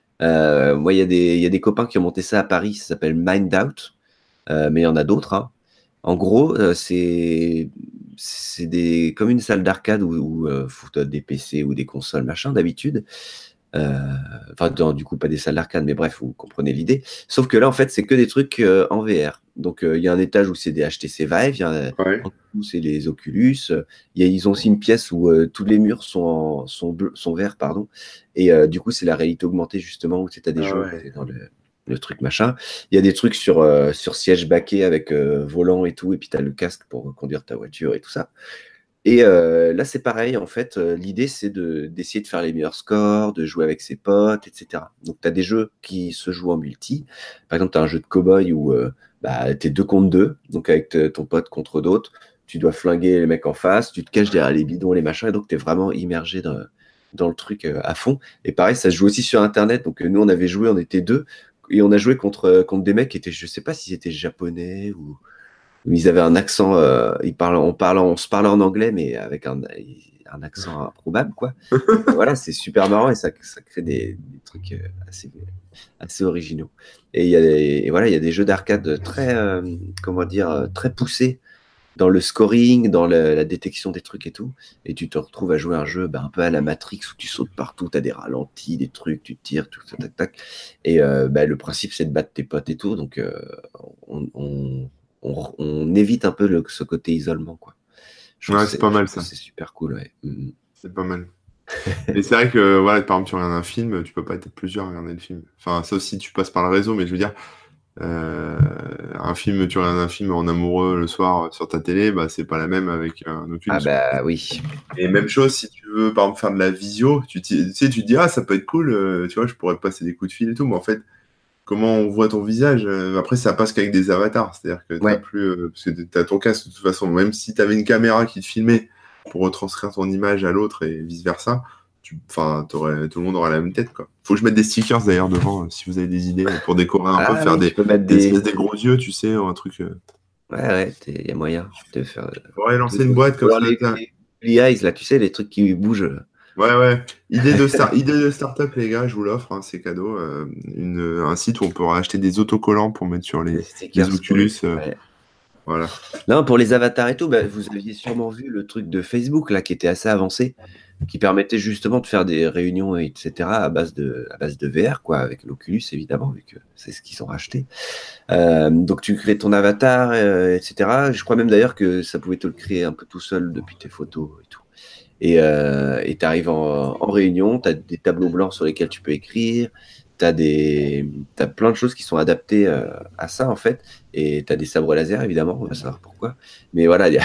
Euh, moi, il y a des, il y a des copains qui ont monté ça à Paris, ça s'appelle Mind Out, euh, mais il y en a d'autres, hein. En gros, euh, c'est c'est des comme une salle d'arcade où, où euh, faut des P C ou des consoles machin d'habitude. Euh, Enfin, dans- du coup, pas des salles d'arcade, mais bref, vous comprenez l'idée. Sauf que là, en fait, c'est que des trucs euh, en V R. Donc, euh, il y a un étage où c'est des H T C Vive, il y a un- Ouais. en dessous, c'est les Oculus. euh, Il y a, ils ont aussi une pièce où euh, tous les murs sont, en- sont, bleus, sont verts, pardon. Et euh, du coup, c'est la réalité augmentée, justement, où tu as des Ah jeux, ouais. t'es dans le, le truc machin. Il y a des trucs sur, euh, sur siège baquet avec euh, volant et tout, et puis tu as le casque pour conduire ta voiture et tout ça. Et euh, là, c'est pareil, en fait, euh, l'idée, c'est de, d'essayer de faire les meilleurs scores, de jouer avec ses potes, et cetera. Donc, tu as des jeux qui se jouent en multi. Par exemple, tu as un jeu de cow-boy où euh, bah, tu es deux contre deux, donc avec te- ton pote contre d'autres. Tu dois flinguer les mecs en face, tu te caches derrière les bidons, les machins, et donc tu es vraiment immergé dans, dans le truc euh, à fond. Et pareil, ça se joue aussi sur Internet. Donc, euh, nous, on avait joué, on était deux, et on a joué contre, euh, contre des mecs qui étaient, je sais pas si c'était japonais ou ils avaient un accent, euh, ils parlent, on, parle, on se parlait en anglais, mais avec un, un accent improbable, quoi. Et voilà, c'est super marrant et ça, ça crée des, des trucs euh, assez, assez originaux. Et, il y a des, et voilà, il y a des jeux d'arcade très, euh, comment dire, euh, très poussés dans le scoring, dans le- la détection des trucs et tout. Et tu te retrouves à jouer un jeu ben, un peu à la Matrix où tu sautes partout, tu as des ralentis, des trucs, tu tires, tout ça, tac, tac. Et euh, ben, le principe, c'est de battre tes potes et tout. Donc, euh, on, on, on- on évite un peu le- ce côté isolement, quoi. Je trouve que Ouais, c'est c'est pas je mal, trouve que ça. c'est super cool, ouais. Mm. C'est pas mal. Et c'est vrai que, voilà, par exemple, tu regardes un film, tu peux pas être plusieurs à regarder le film. Enfin, sauf si tu passes par le réseau, mais je veux dire, euh, un film, tu regardes un film en amoureux le soir euh, sur ta télé, bah, c'est pas la même avec un Ah Oculus, quoi. bah oui. Et même chose, si tu veux, par exemple, faire de la visio, tu, t'y- tu sais, tu te dis, ah, ça peut être cool, euh, tu vois, je pourrais passer des coups de fil et tout, mais en fait, comment on voit ton visage? euh, Après, ça passe qu'avec des avatars, c'est-à-dire que t'as Ouais. plus, euh, parce que t'as ton casque de toute façon, même si t'avais une caméra qui te filmait pour retranscrire ton image à l'autre et vice-versa, tu, enfin, t'aurais, tout le monde aurait la même tête, quoi. Faut que je mette des stickers d'ailleurs devant, euh, si vous avez des idées pour décorer un peu, Ah faire oui, tu des, peux mettre des espèces des. de gros yeux, tu sais, ou un truc. Euh... Ouais, ouais, il y a moyen de faire. Faudrait de- lancer une de- boîte comme Alors ça. les, T'as- les, les eyes, là, tu sais, les trucs qui bougent. Ouais, ouais. Idée de star, idée de start-up, les gars, je vous l'offre, hein, c'est cadeau. Euh, une, un site où on pourra acheter des autocollants pour mettre sur Des les, les stickers pour Oculus. les. euh, Ouais. voilà. Non, pour les avatars et tout, bah, vous aviez sûrement vu le truc de Facebook là qui était assez avancé, qui permettait justement de faire des réunions, et etc. à base de, à base de V R, quoi, avec l'Oculus évidemment, vu que c'est ce qu'ils ont racheté. Euh, donc tu crées ton avatar, euh, et cetera. Je crois même d'ailleurs que ça pouvait te le créer un peu tout seul depuis tes photos et tout. Et euh, et tu arrives en, en réunion, tu as des tableaux blancs sur lesquels tu peux écrire, tu as des, t'as plein de choses qui sont adaptées euh, à ça en fait. Et tu as des sabres laser évidemment, on va savoir pourquoi. Mais voilà, il y a-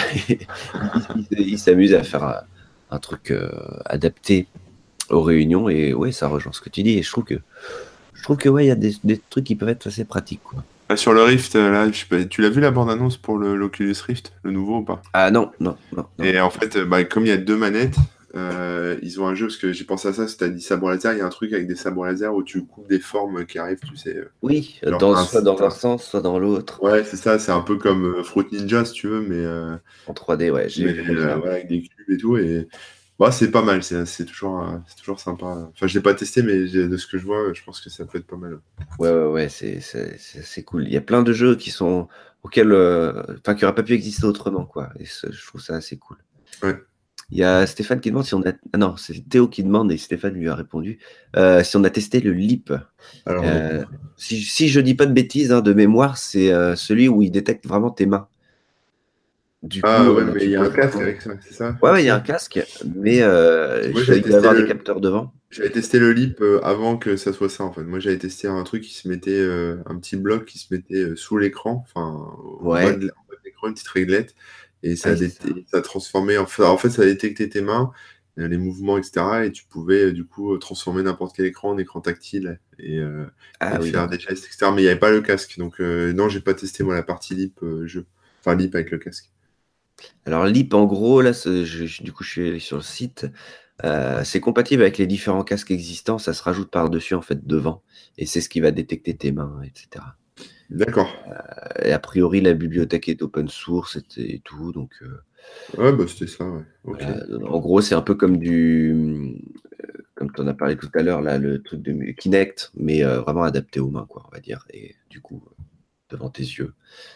ils ils- ils s'amusent à faire un, un truc euh, adapté aux réunions. Et ouais, ça rejoint ce que tu dis. Et je trouve que, je trouve que ouais, il y a des, des trucs qui peuvent être assez pratiques, quoi. Ah, sur le Rift, euh, là, je sais pas, tu l'as vu la bande-annonce pour le- l'Oculus Rift, le nouveau ou pas? Ah non, non, non, non. Et en fait, euh, bah, comme il y a deux manettes, euh, ils ont un jeu, parce que j'ai pensé à ça, si t'as dit sabre laser, il y a un truc avec des sabres laser où tu coupes des formes qui arrivent, tu sais. euh, Oui, Genre, dans, t'as un- soit dans un t'as- sens, soit dans l'autre. Ouais, c'est ça, c'est un peu comme euh, Fruit Ninja, si tu veux, mais, euh, En trois D, ouais, j'ai mais vu euh, l'image. ouais, avec des cubes et tout. Et bah, c'est pas mal, c'est c'est toujours, euh, c'est toujours sympa. Enfin, je l'ai pas testé, mais j'ai- de ce que je vois, je pense que ça peut être pas mal. Ouais, ouais, ouais, c'est, c'est, c'est, c'est cool. Il y a plein de jeux qui sont auxquels, euh, enfin, qui n'auraient pas pu exister autrement, quoi. Et ce- je trouve ça assez cool. Ouais. Il y a Stéphane qui demande si on a, ah non, c'est Théo qui demande et Stéphane lui a répondu, euh, si on a testé le Leap. Alors, non. Euh, si, si je dis pas de bêtises, hein, de mémoire, c'est euh, celui où il détecte vraiment tes mains. Du Ah coup, ouais, euh, mais il tu y a peux un casque vraiment. avec ça, c'est ça Ouais, ouais, il y aussi? a un casque, mais euh, Moi, il j'avais doit y testé avoir des le, capteurs devant. j'avais testé le Leap euh, avant que ça soit ça, en fait. Moi, j'avais testé un truc qui se mettait, euh, un petit bloc qui se mettait euh, sous l'écran, enfin, en bas Ouais, de, en bas de l'écran, une petite réglette, et ça, ouais, a c'est dé- ça. ça transformait, en fait, en fait, ça détectait tes mains, euh, les mouvements, et cetera. Et tu pouvais, euh, du coup, euh, transformer n'importe quel écran en écran tactile et, euh, Ah et oui, faire des d'accord. gestes, et cetera. Mais il n'y avait pas le casque. Donc, euh, non, j'ai pas testé, moi, la partie lip euh, jeu. Enfin, lip avec le casque. Alors, Leap, en gros, là, c'est- je- je- du coup, je suis allé sur le site. Euh, c'est compatible avec les différents casques existants. Ça se rajoute par-dessus, en fait, devant. Et c'est ce qui va détecter tes mains, et cetera. D'accord. Et a priori, la bibliothèque est open source et, et tout. Donc, euh, Ouais, bah, c'était ça, ouais. Ok. voilà. En gros, c'est un peu comme du. Comme tu en as parlé tout à l'heure, là, le truc de Kinect, mais euh, vraiment adapté aux mains, quoi, on va dire. Et du coup, euh, devant tes yeux.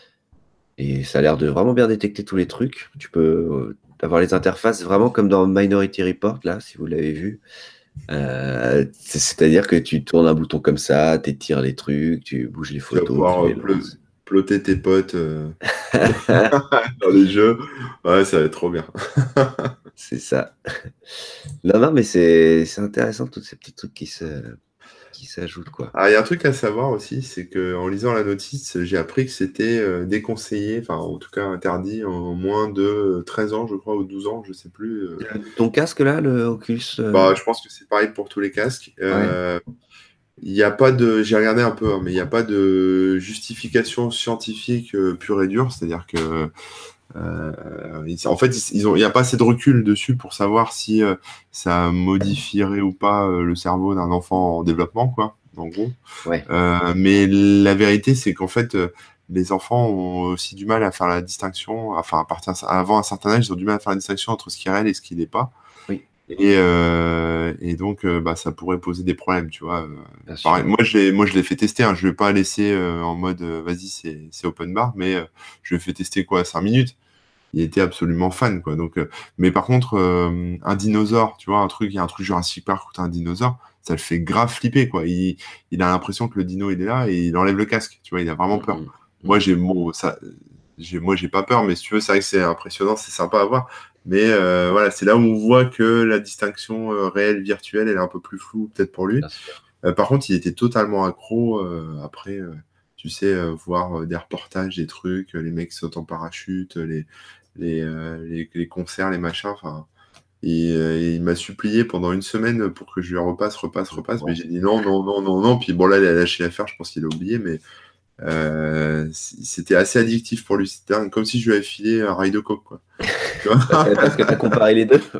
Et ça a l'air de vraiment bien détecter tous les trucs. Tu peux euh, avoir les interfaces vraiment comme dans Minority Report, là, si vous l'avez vu. Euh, c'est- C'est-à-dire que tu tournes un bouton comme ça, tu étires les trucs, tu bouges les Tu vas photos, tu pouvoir les euh, plo- lances. plotter tes potes euh, dans les jeux. Ouais, ça va être trop bien. C'est ça. Non, non, mais c'est c'est intéressant, tous ces petits trucs qui se, qui s'ajoutent, quoi. Ah, il y a un truc à savoir aussi, c'est que en lisant la notice, j'ai appris que c'était euh, déconseillé, enfin en tout cas interdit en moins de treize ans, je crois, ou douze ans, je sais plus. euh. Euh, Ton casque, là, le Oculus, euh, Bah, je pense que c'est pareil pour tous les casques. ouais. Euh, Il n'y a pas de, j'ai regardé un peu, hein, mais il n'y a pas de justification scientifique euh, pure et dure, c'est-à-dire que Euh, ils- en fait, ils, ils ont, il n'y a pas assez de recul dessus pour savoir si euh, ça modifierait ou pas euh, le cerveau d'un enfant en développement, quoi, en gros. Ouais, Euh, mais la vérité, c'est qu'en fait, euh, les enfants ont aussi du mal à faire la distinction, enfin, à partir, avant un certain âge, ils ont du mal à faire la distinction entre ce qui est réel et ce qui n'est pas. oui, Et, euh, et donc, euh, bah, ça pourrait poser des problèmes, tu vois. Euh, bien pareil, sûr. moi, je l'ai, moi, je l'ai fait tester. Hein, je ne vais pas laisser euh, en mode, euh, vas-y, c'est, c'est open bar, mais euh, je l'ai fait tester quoi, cinq minutes. Il était absolument fan, quoi. Donc, euh, mais par contre, euh, un dinosaure, tu vois, un truc, il y a un truc Jurassic Park où t'as un dinosaure, ça le fait grave flipper, quoi. Il, il a l'impression que le dino, il est là et il enlève le casque, tu vois, il a vraiment Mm, peur. mm, Moi, mm. j'ai, bon, ça, j'ai, moi, j'ai pas peur, mais si tu veux, c'est vrai que c'est impressionnant, c'est sympa à voir. Mais euh, voilà, c'est là où on voit que la distinction euh, réelle-virtuelle, elle est un peu plus floue, peut-être pour lui. Bien sûr. Euh, par contre, il était totalement accro euh, après, euh, tu sais, euh, voir euh, des reportages, des trucs, euh, les mecs qui sautent en parachute, les, les, euh, les, les concerts, les machins. Enfin, et, euh, et il m'a supplié pendant une semaine pour que je lui repasse, repasse, repasse. Mais Bon. j'ai dit non, non, non, non, non. Puis bon, là, il a lâché l'affaire, je pense qu'il a oublié, mais euh, c- c'était assez addictif pour lui. C'était un- comme si je lui avais filé un rail de coke, quoi. Tu vois. Parce que parce que tu as comparé les deux.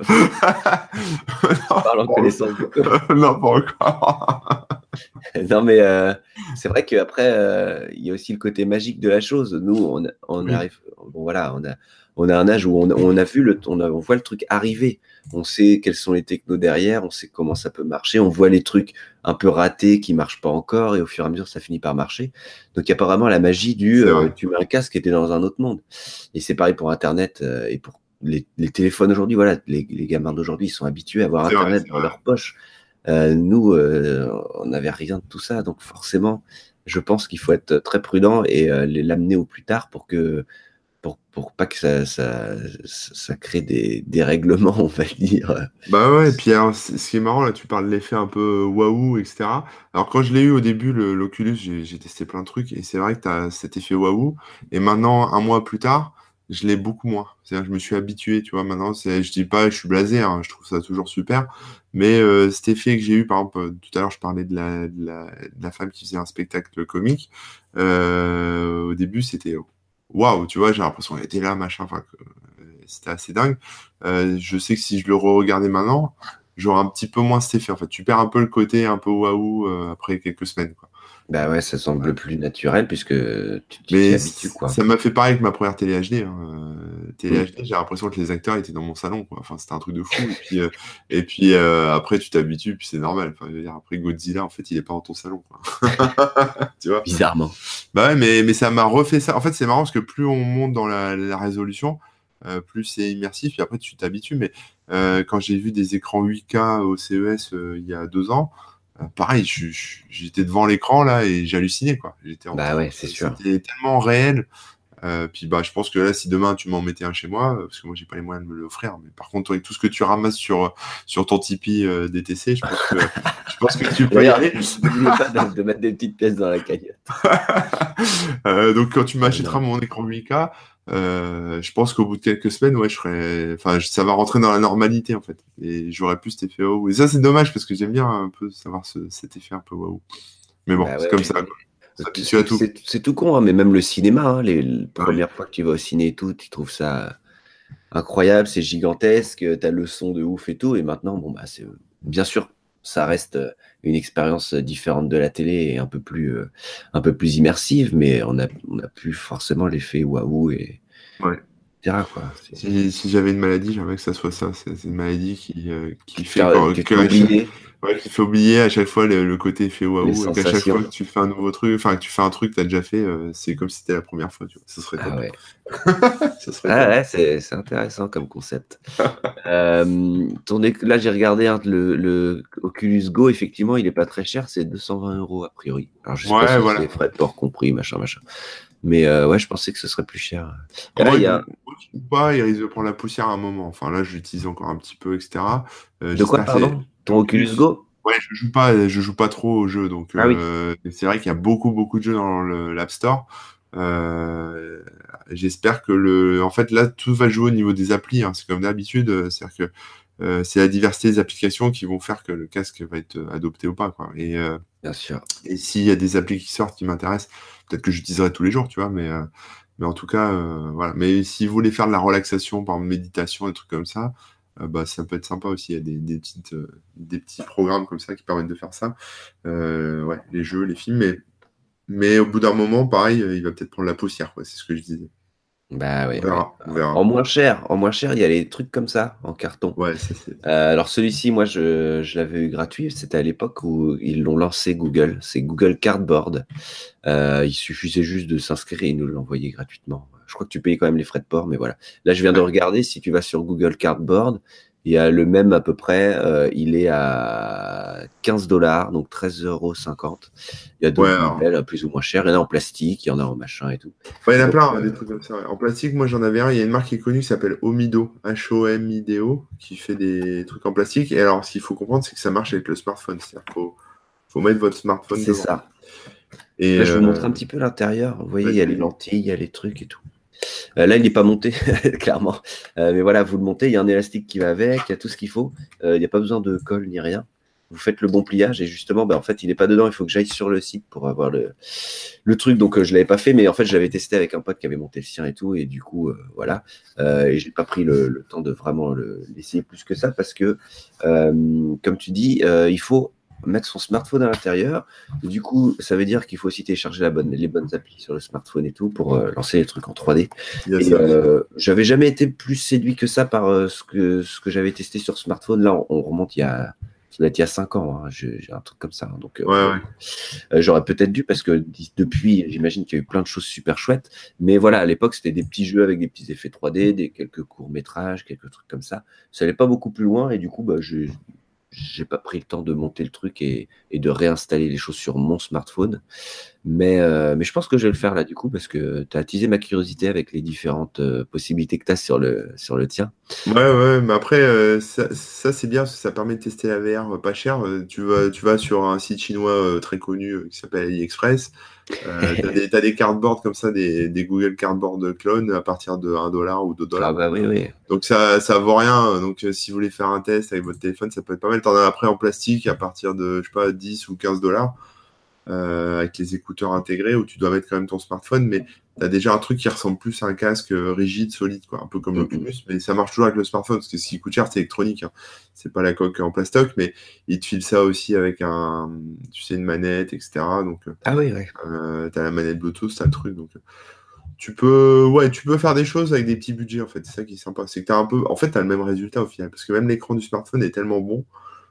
Tu Non, parles en pas connaissance de cause. encore. Non, pas encore. Non, mais euh, c'est vrai qu'après, euh, il y a aussi le côté magique de la chose. Nous, on, on Oui, arrive, bon, voilà, on a, on a un âge où on, on a vu le, on, a- on voit le truc arriver. On sait quels sont les technos derrière, on sait comment ça peut marcher, on voit les trucs un peu ratés qui marchent pas encore, et au fur et à mesure, ça finit par marcher. Donc, il y a pas vraiment la magie du, c'est euh, vrai. tu mets un casque et t'es dans un autre monde. Et c'est pareil pour Internet euh, et pour les, les téléphones aujourd'hui. Voilà, les, les gamins d'aujourd'hui, ils sont habitués à avoir C'est vrai, Internet c'est dans vrai. leur poche. Euh, nous, euh, on n'avait rien de tout ça, donc forcément, je pense qu'il faut être très prudent et euh, les- l'amener au plus tard pour que pour, pour pas que ça, ça, ça crée des, des règlements, on va dire. Bah ouais, et puis alors, c- ce qui est marrant, là, tu parles de l'effet un peu waouh, et cetera. Alors, quand je l'ai eu au début, le- l'Oculus, j'ai j'ai testé plein de trucs, et c'est vrai que tu as cet effet waouh. Et maintenant, un mois plus tard, je l'ai beaucoup moins. C'est-à-dire, je me suis habitué, tu vois. Maintenant, c'est, je dis pas, je suis blasé, hein, je trouve ça toujours super. Mais euh, cet effet que j'ai eu, par exemple, euh, tout à l'heure, je parlais de la, de la, de la femme qui faisait un spectacle comique. Euh, au début, c'était waouh, tu vois, j'ai l'impression qu'elle était là, machin. Enfin, que- euh, c'était assez dingue. Euh, je sais que si je le re-regardais maintenant, j'aurais un petit peu moins cet effet. En fait, tu perds un peu le côté un peu waouh euh, après quelques semaines, quoi. Bah ouais, ça semble plus naturel puisque tu tu t'y Mais habitues, c- quoi. ça m'a fait pareil avec ma première télé H D. Hein. Euh, télé Mm. H D, j'ai l'impression que les acteurs étaient dans mon salon, quoi. Enfin, c'était un truc de fou. Et puis, euh, et puis euh, après, tu t'habitues, puis c'est normal. Enfin, je veux dire, après Godzilla, en fait, il est pas dans ton salon, quoi. Tu vois? Bizarrement. Bah ouais, mais, mais ça m'a refait ça. En fait, c'est marrant parce que plus on monte dans la, la résolution, euh, plus c'est immersif, puis après tu t'habitues. Mais euh, quand j'ai vu des écrans huit K au C E S euh, il y a deux ans, euh, pareil, je- je- j'étais devant l'écran là et j'hallucinais quoi. J'étais en Bah train, ouais, c'est sûr. c'était tellement réel. Euh, puis bah, je pense que là, si demain tu m'en mettais un chez moi, euh, parce que moi j'ai pas les moyens de me l'offrir, mais par contre avec tout ce que tu ramasses sur sur ton Tipeee euh, D T C, je pense que je pense que tu peux y aller. N'oubliez pas de, de mettre des petites pièces dans la cagnotte. euh, donc quand tu Ah, m'achèteras non. mon écran huit K, euh, je pense qu'au bout de quelques semaines, ouais, je serais, enfin, ça va rentrer dans la normalité en fait, et j'aurai plus cet effet waouh. Et ça c'est dommage parce que j'aime bien un peu savoir ce, cet effet un peu waouh. Mais bon, Bah c'est ouais, comme ouais, ça, mais quoi. On t- s'habitue à tout. c'est c'est tout con, hein, mais même le cinéma, hein, les, les Ah oui. premières fois que tu vas au ciné et tout, tu trouves ça incroyable, c'est gigantesque, t'as le son de ouf et tout, et maintenant, bon, bah, c'est, bien sûr, ça reste euh, une expérience différente de la télé et un peu plus, euh, un peu plus immersive, mais on a, on a plus forcément l'effet waouh et Ouais. et cetera, quoi. C'est- Si, si j'avais une maladie, j'aimerais que ça soit ça. C'est c'est une maladie qui, euh, qui Qui te fait fait, quand, qui te que fait à chaque- oublier ouais, qui fait oublier à chaque fois le, le côté effet les waouh, et qu'à chaque fois sensations. que tu fais un nouveau truc, enfin que tu fais un truc que tu as déjà fait, euh, c'est comme si c'était la première fois, tu vois. Ce serait Ah top. ouais. Ce serait Ah top. ouais, c'est c'est intéressant comme concept. Euh, ton éc- là, j'ai regardé hein, le, le Oculus Go, effectivement, il est pas très cher, c'est deux cent vingt euros a priori. Alors, je sais pas Ouais, si c'est voilà. frais de port compris, machin, machin. Mais euh, ouais, je pensais que ce serait plus cher. Et là, Moi, il y il- a. moi, je trouve pas, il risque de prendre la poussière à un moment. Enfin, là, je l'utilise encore un petit peu, et cetera. Euh, De quoi, j'espère que c'est pardon? Ton Oculus l'Oculus. Go? Ouais, je joue pas, je joue pas trop aux jeux, donc Ah oui. euh, c'est vrai qu'il y a beaucoup, beaucoup de jeux dans le- l'App Store. Euh, j'espère que le, en fait, là, tout va jouer au niveau des applis, hein. C'est comme d'habitude, euh, c'est-à-dire que euh, c'est la diversité des applications qui vont faire que le casque va être adopté ou pas, quoi. Et, euh, Bien sûr. et s'il y a des applis qui sortent qui m'intéressent, peut-être que j'utiliserai tous les jours, tu vois, mais, euh, mais en tout cas, euh, voilà. Mais si vous voulez faire de la relaxation, par exemple, méditation, des trucs comme ça, euh, bah, ça peut être sympa aussi. Il y a des, des petites, euh, des petits programmes comme ça qui permettent de faire ça. Euh, ouais, les jeux, les films, mais, mais au bout d'un moment, pareil, euh, il va peut-être prendre la poussière, quoi. C'est ce que je disais. Bah On ouais, ouais. verra, on En verra. moins cher, en moins cher, il y a les trucs comme ça, en carton. Ouais, ça c'est. Euh, alors celui-ci, moi, je, je l'avais eu gratuit. C'était à l'époque où ils l'ont lancé Google. C'est Google Cardboard. Euh, il suffisait juste de s'inscrire et ils nous l'envoyaient gratuitement. Je crois que tu payais quand même les frais de port, mais voilà. Là, je viens de Ouais, regarder. Si tu vas sur Google Cardboard, il y a le même à peu près. Euh, il est à quinze dollars, donc treize euros cinquante. Il y a ouais, d'autres alors. modèles, plus ou moins chers. Il y en a en plastique, il y en a en machin et tout. Ouais, il y en a Donc, plein, hein, des euh, trucs comme ça. Ouais. En plastique, moi j'en avais un. Il y a une marque qui est connue qui s'appelle Omido, H O M I D O, qui fait des trucs en plastique. Et alors, ce qu'il faut comprendre, c'est que ça marche avec le smartphone. C'est-à-dire qu'il faut, faut mettre votre smartphone c'est devant. ça. Et Là, je vous montre un euh, petit peu l'intérieur. Vous voyez, il y a les vas-y. lentilles, il y a les trucs et tout. Euh, là, il n'est pas monté, clairement. Euh, mais voilà, vous le montez, il y a un élastique qui va avec, il y a tout ce qu'il faut. Euh, il n'y a pas besoin de colle ni rien. Vous faites le bon pliage et justement, ben, en fait, il n'est pas dedans. Il faut que j'aille sur le site pour avoir le, le truc. Donc, euh, je ne l'avais pas fait, mais en fait, je l'avais testé avec un pote qui avait monté le sien et tout. Et du coup, euh, voilà. Euh, et je n'ai pas pris le, le temps de vraiment le- l'essayer plus que ça parce que, euh, comme tu dis, euh, il faut mettre son smartphone à l'intérieur. Du coup, ça veut dire qu'il faut aussi télécharger la bonne, les bonnes applis sur le smartphone et tout pour euh, lancer les trucs en trois D. Il y a Et ça aussi. euh, j'avais jamais été plus séduit que ça par euh, ce que, ce que j'avais testé sur smartphone. Là, on, on remonte il y a, ça doit être il y a cinq ans. Hein. J'ai j'ai un truc comme ça. Hein. Donc, euh, Ouais, bon, ouais. euh, j'aurais peut-être dû parce que d- depuis, j'imagine qu'il y a eu plein de choses super chouettes. Mais voilà, à l'époque, c'était des petits jeux avec des petits effets trois D, des quelques courts métrages, quelques trucs comme ça. Ça allait pas beaucoup plus loin et du coup, bah, je j'ai pas pris le temps de monter le truc et, et de réinstaller les choses sur mon smartphone. Mais, euh, mais je pense que je vais le faire là du coup parce que tu as attisé ma curiosité avec les différentes euh, possibilités que tu as sur le, sur le tien. Ouais, ouais, mais après, euh, ça, ça, c'est bien parce que ça permet de tester la V R euh, pas cher. Euh, tu vas, tu vas sur un site chinois euh, très connu euh, qui s'appelle AliExpress. Euh, t'as des, t'as des cardboards comme ça, des, des Google Cardboard clones à partir de un dollar ou deux Ah dollars. bah oui, oui. Donc ça, ça vaut rien. Donc euh, si vous voulez faire un test avec votre téléphone, ça peut être pas mal. T'en as après en plastique à partir de, je sais pas, dix ou quinze dollars euh, avec les écouteurs intégrés où tu dois mettre quand même ton smartphone, mais tu as déjà un truc qui ressemble plus à un casque euh, rigide, solide, quoi, un peu comme Mm, mm. l'Oculus, mais ça marche toujours avec le smartphone, parce que ce qui coûte cher, c'est électronique, hein. C'est pas la coque en plastoc, mais il te file ça aussi avec un, tu sais, une manette, et cetera. Donc, Ah oui, ouais. euh, tu as la manette Bluetooth, tu as le truc. Donc, euh, tu peux, ouais, tu peux faire des choses avec des petits budgets, en fait. C'est ça qui est sympa. C'est que tu as un peu, en fait, tu as le même résultat au final, parce que même l'écran du smartphone est tellement bon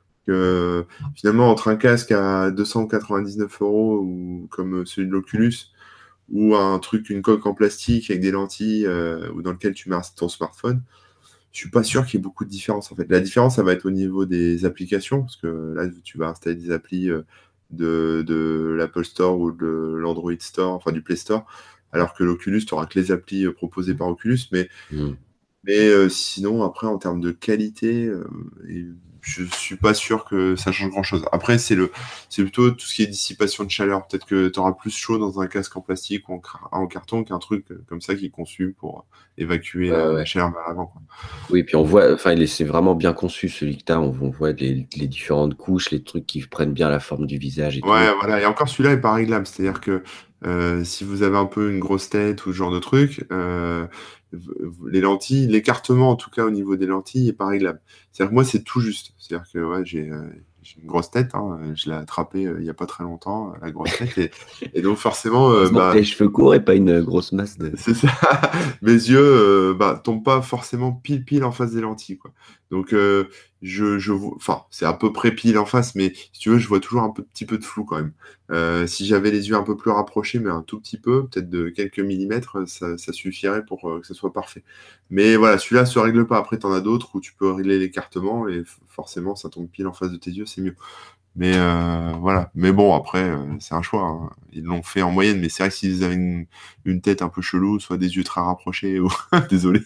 que finalement, entre un casque à deux cent quatre-vingt-dix-neuf euros ou comme celui de l'Oculus, ou un truc, une coque en plastique avec des lentilles euh, ou dans lequel tu mets ton smartphone, je suis pas sûr qu'il y ait beaucoup de différence en fait. La différence, ça va être au niveau des applications, parce que là, tu vas installer des applis euh, de, de l'Apple Store ou de l'Android Store, enfin du Play Store. alors que l'Oculus, tu n'auras que les applis euh, proposées par Oculus. Mais, Mm. mais euh, sinon, après, en termes de qualité, euh, et je suis pas sûr que ça change grand-chose. Après, c'est le, c'est plutôt tout ce qui est dissipation de chaleur. Peut-être que tu auras plus chaud dans un casque en plastique ou en, car- en carton qu'un truc comme ça qui est conçu pour évacuer Ouais, la, la ouais. chaleur vers l'avant, quoi. Oui, puis on voit, enfin, il est- c'est vraiment bien conçu celui que tu as. On, on voit les, les différentes couches, les trucs qui prennent bien la forme du visage et tout. Ouais, voilà. Et encore, celui-là est pas réglable. C'est-à-dire que euh, si vous avez un peu une grosse tête ou ce genre de truc, euh, v- v- les lentilles, l'écartement en tout cas au niveau des lentilles est pas réglable. C'est-à-dire que moi, c'est tout juste. C'est-à-dire que ouais, j'ai euh, j'ai une grosse tête. Hein. Je l'ai attrapée euh, il y a pas très longtemps, la grosse tête. Et, et donc forcément, euh, Heureusement que t'as bah, les cheveux courts et pas une grosse masse de. c'est ça. Mes yeux euh, bah, tombent pas forcément pile pile en face des lentilles, quoi. Donc euh, je, je vois, enfin c'est à peu près pile en face, mais si tu veux, je vois toujours un peu, petit peu de flou quand même. Euh, si j'avais les yeux un peu plus rapprochés, mais un tout petit peu, peut-être de quelques millimètres, ça, ça suffirait pour euh, que ce soit parfait. Mais voilà, celui-là se règle pas. Après, t'en as d'autres où tu peux régler l'écartement et f- forcément ça tombe pile en face de tes yeux, c'est mieux. Mais euh, voilà. Mais bon, après, euh, c'est un choix, hein. Ils l'ont fait en moyenne, mais c'est vrai que s'ils avaient une, une tête un peu chelou, soit des yeux très rapprochés, ou désolé,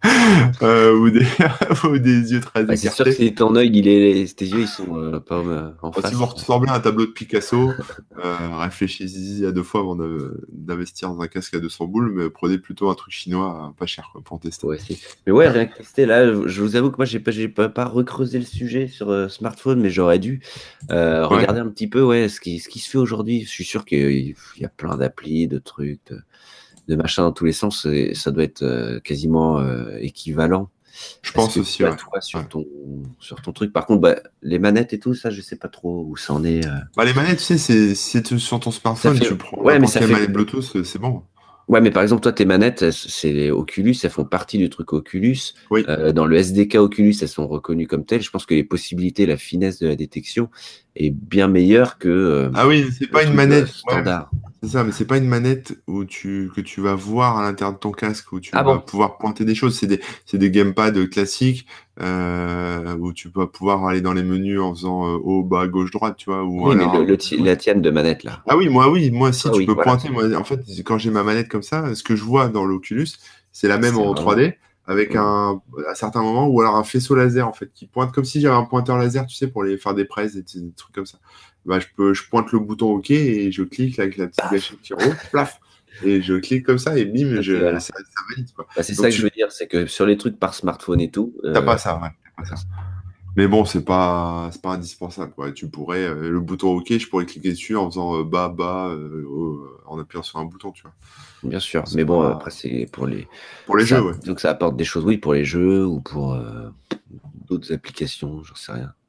euh, ou, des, ou des yeux très Bah, c'est sûr que écartés. si ton œil, il est, tes yeux, ils sont euh, pas euh, en Bon, si vous face. ressemblez à un tableau de Picasso, euh, réfléchissez-y à deux fois avant de- d'investir dans un casque à deux cents boules, mais prenez plutôt un truc chinois, euh, pas cher, quoi, pour tester. Ouais, c'est- mais ouais, rien que tester, là, je vous avoue que moi, j'ai pas, j'ai pas, pas recreusé le sujet sur euh, smartphone, mais j'aurais dû euh, Ouais. regarder un petit peu ouais, ce qui, ce qui se fait aujourd'hui. Je suis sûr qu'il y a plein d'applis, de trucs, de, de machins dans tous les sens, et ça doit être euh, quasiment euh, équivalent Je à ce pense que aussi, tu as ouais. toi Ouais. sur ton, sur ton truc. Par contre, bah, les manettes et tout, ça, je sais pas trop où ça en est. euh. Bah, les manettes, tu sais, c'est si tu sur ton Ça smartphone, fait, tu prends ouais, mais n'importe ça quelle fait. manette Bluetooth, c'est bon. Ouais, mais par exemple, toi, tes manettes, elles- c'est les Oculus, elles font partie du truc Oculus. Oui. Euh, dans le S D K Oculus, elles sont reconnues comme telles. Je pense que les possibilités, la finesse de la détection est bien meilleure que euh, Ah oui, c'est le pas une truc euh, manette. Ouais, standard. c'est ça, mais c'est pas une manette où tu, que tu vas voir à l'intérieur de ton casque, où tu Ah vas bon? pouvoir pointer des choses. C'est des, c'est des gamepads classiques, euh, où tu vas pouvoir aller dans les menus en faisant euh, haut, bas, gauche, droite, tu vois, ou Oui, mais le, alors. le ti- la tienne de manette, là. Ah oui, moi oui, moi si Ah tu oui, peux voilà. pointer. Moi, en fait, quand j'ai ma manette comme ça, ce que je vois dans l'Oculus, c'est la même C'est en vraiment. trois D avec Hum. un à certains moments ou alors un faisceau laser en fait qui pointe comme si j'avais un pointeur laser, tu sais, pour les faire des presses et des, des trucs comme ça. Bah, je peux, je pointe le bouton OK et je clique avec la petite Paf! gâchette qui roule, plaf, et je clique comme ça et bim, Et puis je, voilà. ça, ça valide quoi. Bah, c'est Donc ça que je tu veux dire, c'est que sur les trucs par smartphone et tout, t'as euh, pas ça, ouais, t'as pas ça. Mais bon, c'est pas, c'est pas indispensable, quoi. Tu pourrais, euh, le bouton OK, je pourrais cliquer dessus en faisant euh, bas, bas, euh, haut, euh, en appuyant sur un bouton, tu vois. bien sûr. C'est Mais bon, pas... après, c'est pour les. Pour les jeux, Ça, ouais. donc ça apporte des choses, oui, pour les jeux ou pour euh, d'autres applications, j'en sais rien.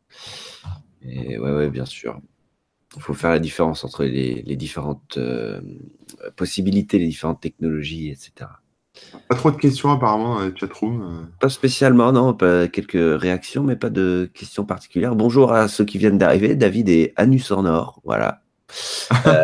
Et ouais, ouais, bien sûr. Il faut faire la différence entre les, les différentes euh, possibilités, les différentes technologies, et cetera. Pas trop de questions apparemment dans la chatroom. euh. Pas spécialement, non, pas quelques réactions, mais pas de questions particulières. Bonjour à ceux qui viennent d'arriver, David et Anus en or, voilà. Euh,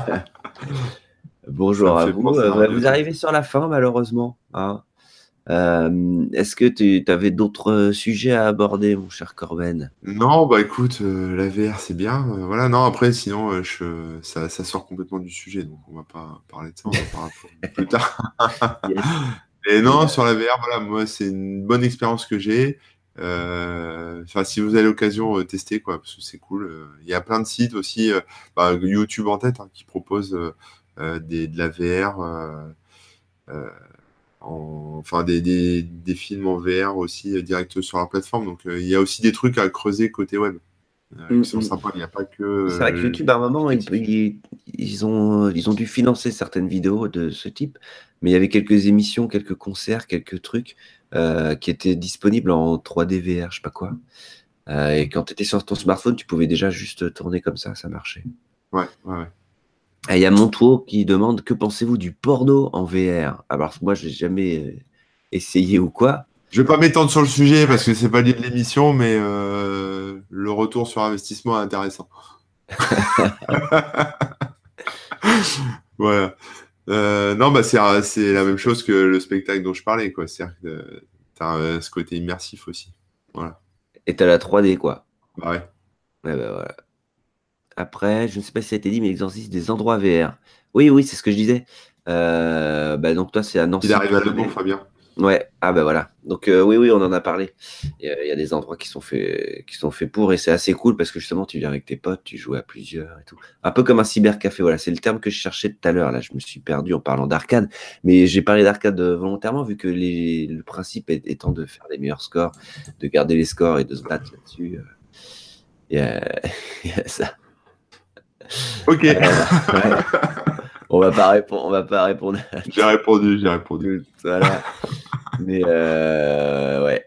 Ça me bonjour à fait vous. penser Euh, à un bah, vieux vous truc. arrivez sur la fin, malheureusement, hein. Euh, est-ce que tu avais d'autres sujets à aborder, mon cher Corben? Non, bah écoute, euh, la V R c'est bien. euh, voilà, non, après, sinon, euh, je, ça, ça sort complètement du sujet, donc on va pas parler de ça, on en parlera plus tard. Yes. Et Et, non, euh, sur la V R, voilà, moi, c'est une bonne expérience que j'ai. Euh, Enfin, si vous avez l'occasion, euh, tester, quoi, parce que c'est cool. Euh, Il y a plein de sites aussi, euh, bah, YouTube en tête, hein, qui proposent euh, euh, des, de la V R. euh, euh, en- enfin des, des, des films en V R aussi euh, direct sur la plateforme. Donc euh, il y a aussi des trucs à creuser côté web euh, mm, qui sont mm. sympas. Il n'y a pas que C'est vrai que euh, YouTube, à un moment, ils, négatif. ils- ils ont, ils ont dû financer certaines vidéos de ce type, mais il y avait quelques émissions, quelques concerts, quelques trucs euh, qui étaient disponibles en trois D V R, je sais pas quoi. Euh, et quand tu étais sur ton smartphone, tu pouvais déjà juste tourner comme ça, ça marchait. Ouais, ouais, ouais. Ah, il y a Montour qui demande que pensez-vous du porno en V R? Alors moi, je n'ai jamais euh, essayé ou quoi. Je vais pas m'étendre sur le sujet parce que c'est pas lié de l'émission, mais euh, le retour sur investissement est intéressant. Voilà. Euh, non, bah c'est c'est la même chose que le spectacle dont je parlais, quoi. C'est-à-dire que t'as euh, ce côté immersif aussi. Voilà. Et t'as la trois D, quoi. Bah ouais. Ouais, bah, voilà. Après, je ne sais pas si ça a été dit, mais l'exorcisme des endroits V R. Oui, oui, c'est ce que je disais. Euh, bah, donc toi, c'est à Nancy. Il arrive à Le Mans, Fabien. Ouais, ah bah voilà. Donc euh, oui, oui, on en a parlé. Il y a, il y a des endroits qui sont faits, qui sont faits pour, et c'est assez cool parce que justement, tu viens avec tes potes, tu joues à plusieurs et tout. Un peu comme un cybercafé, voilà, c'est le terme que je cherchais tout à l'heure. Là, je me suis perdu en parlant d'arcade, mais j'ai parlé d'arcade euh, volontairement vu que les, le principe est- étant de faire les meilleurs scores, de garder les scores et de se battre là-dessus. euh, Il y a, il y a ça. Ok. Euh, ouais. On va pas répondre, on va pas répondre à J'ai répondu, j'ai répondu. tout, voilà. Mais euh, ouais.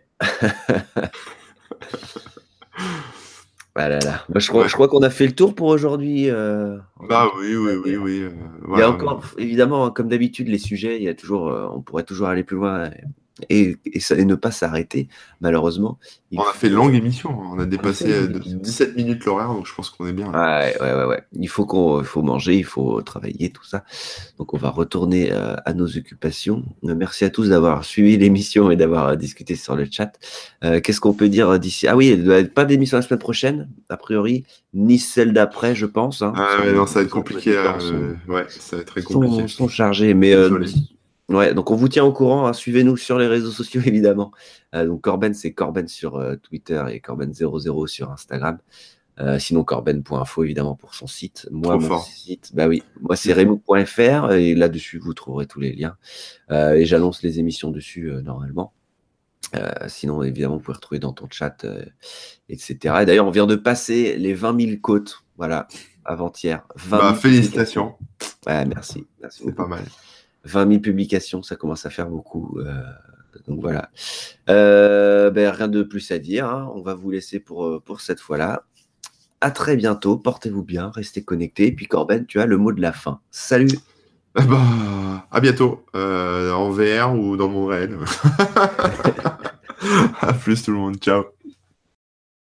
Ah là là. Moi, je crois, Ouais. je crois qu'on a fait le tour pour aujourd'hui. euh, en tout Bah cas. oui, oui, oui, Et, oui. euh, il y a voilà. encore, évidemment, hein, comme d'habitude, les sujets, il y a toujours, euh, on pourrait toujours aller plus loin et, et, ça- et ne pas s'arrêter, malheureusement. Il On a fait une faut, longue émission. On a on a fait dépassé une euh, longue de émission. dix-sept minutes l'horaire, donc je pense qu'on est bien. Là. Ouais, ouais, ouais, ouais. Il faut qu'on, il faut manger, il faut travailler, tout ça. Donc, on va retourner euh, à nos occupations. Euh, Merci à tous d'avoir suivi l'émission et d'avoir euh, discuté sur le chat. Euh, qu'est-ce qu'on peut dire d'ici? Ah oui, il ne doit être pas d'émission la semaine prochaine, a priori, ni celle d'après, je pense. Hein, parce Ah que ouais, les, non, ça va être les emplois compliqué. du temps sont, euh, Ouais, ça va être très sont, compliqué. sont chargés. Mais euh, Désolé. ouais, donc on vous tient au courant. Hein, suivez-nous sur les réseaux sociaux, évidemment. Euh, donc Corben, c'est Corben sur euh, Twitter et Corben zéro zéro sur Instagram. Euh, sinon, corben point info, évidemment, pour son site. Moi, Trop mon fort. site, bah oui, moi, c'est remo point f r et là-dessus, vous trouverez tous les liens. Euh, et j'annonce les émissions dessus, euh, normalement. Euh, sinon, évidemment, vous pouvez retrouver dans ton chat, euh, et cetera. Et d'ailleurs, on vient de passer les vingt mille côtes, voilà, avant-hier. vingt Bah, mille félicitations. Ouais, merci. Merci C'est beaucoup. pas mal. vingt mille publications, ça commence à faire beaucoup. euh, donc voilà. Euh, ben, rien de plus à dire. Hein. On va vous laisser pour, euh, pour cette fois-là. À très bientôt, portez-vous bien, restez connectés. Et puis Corben, tu as le mot de la fin. Salut. Eh bah, à bientôt, euh, en V R ou dans mon réel. À plus tout le monde, ciao.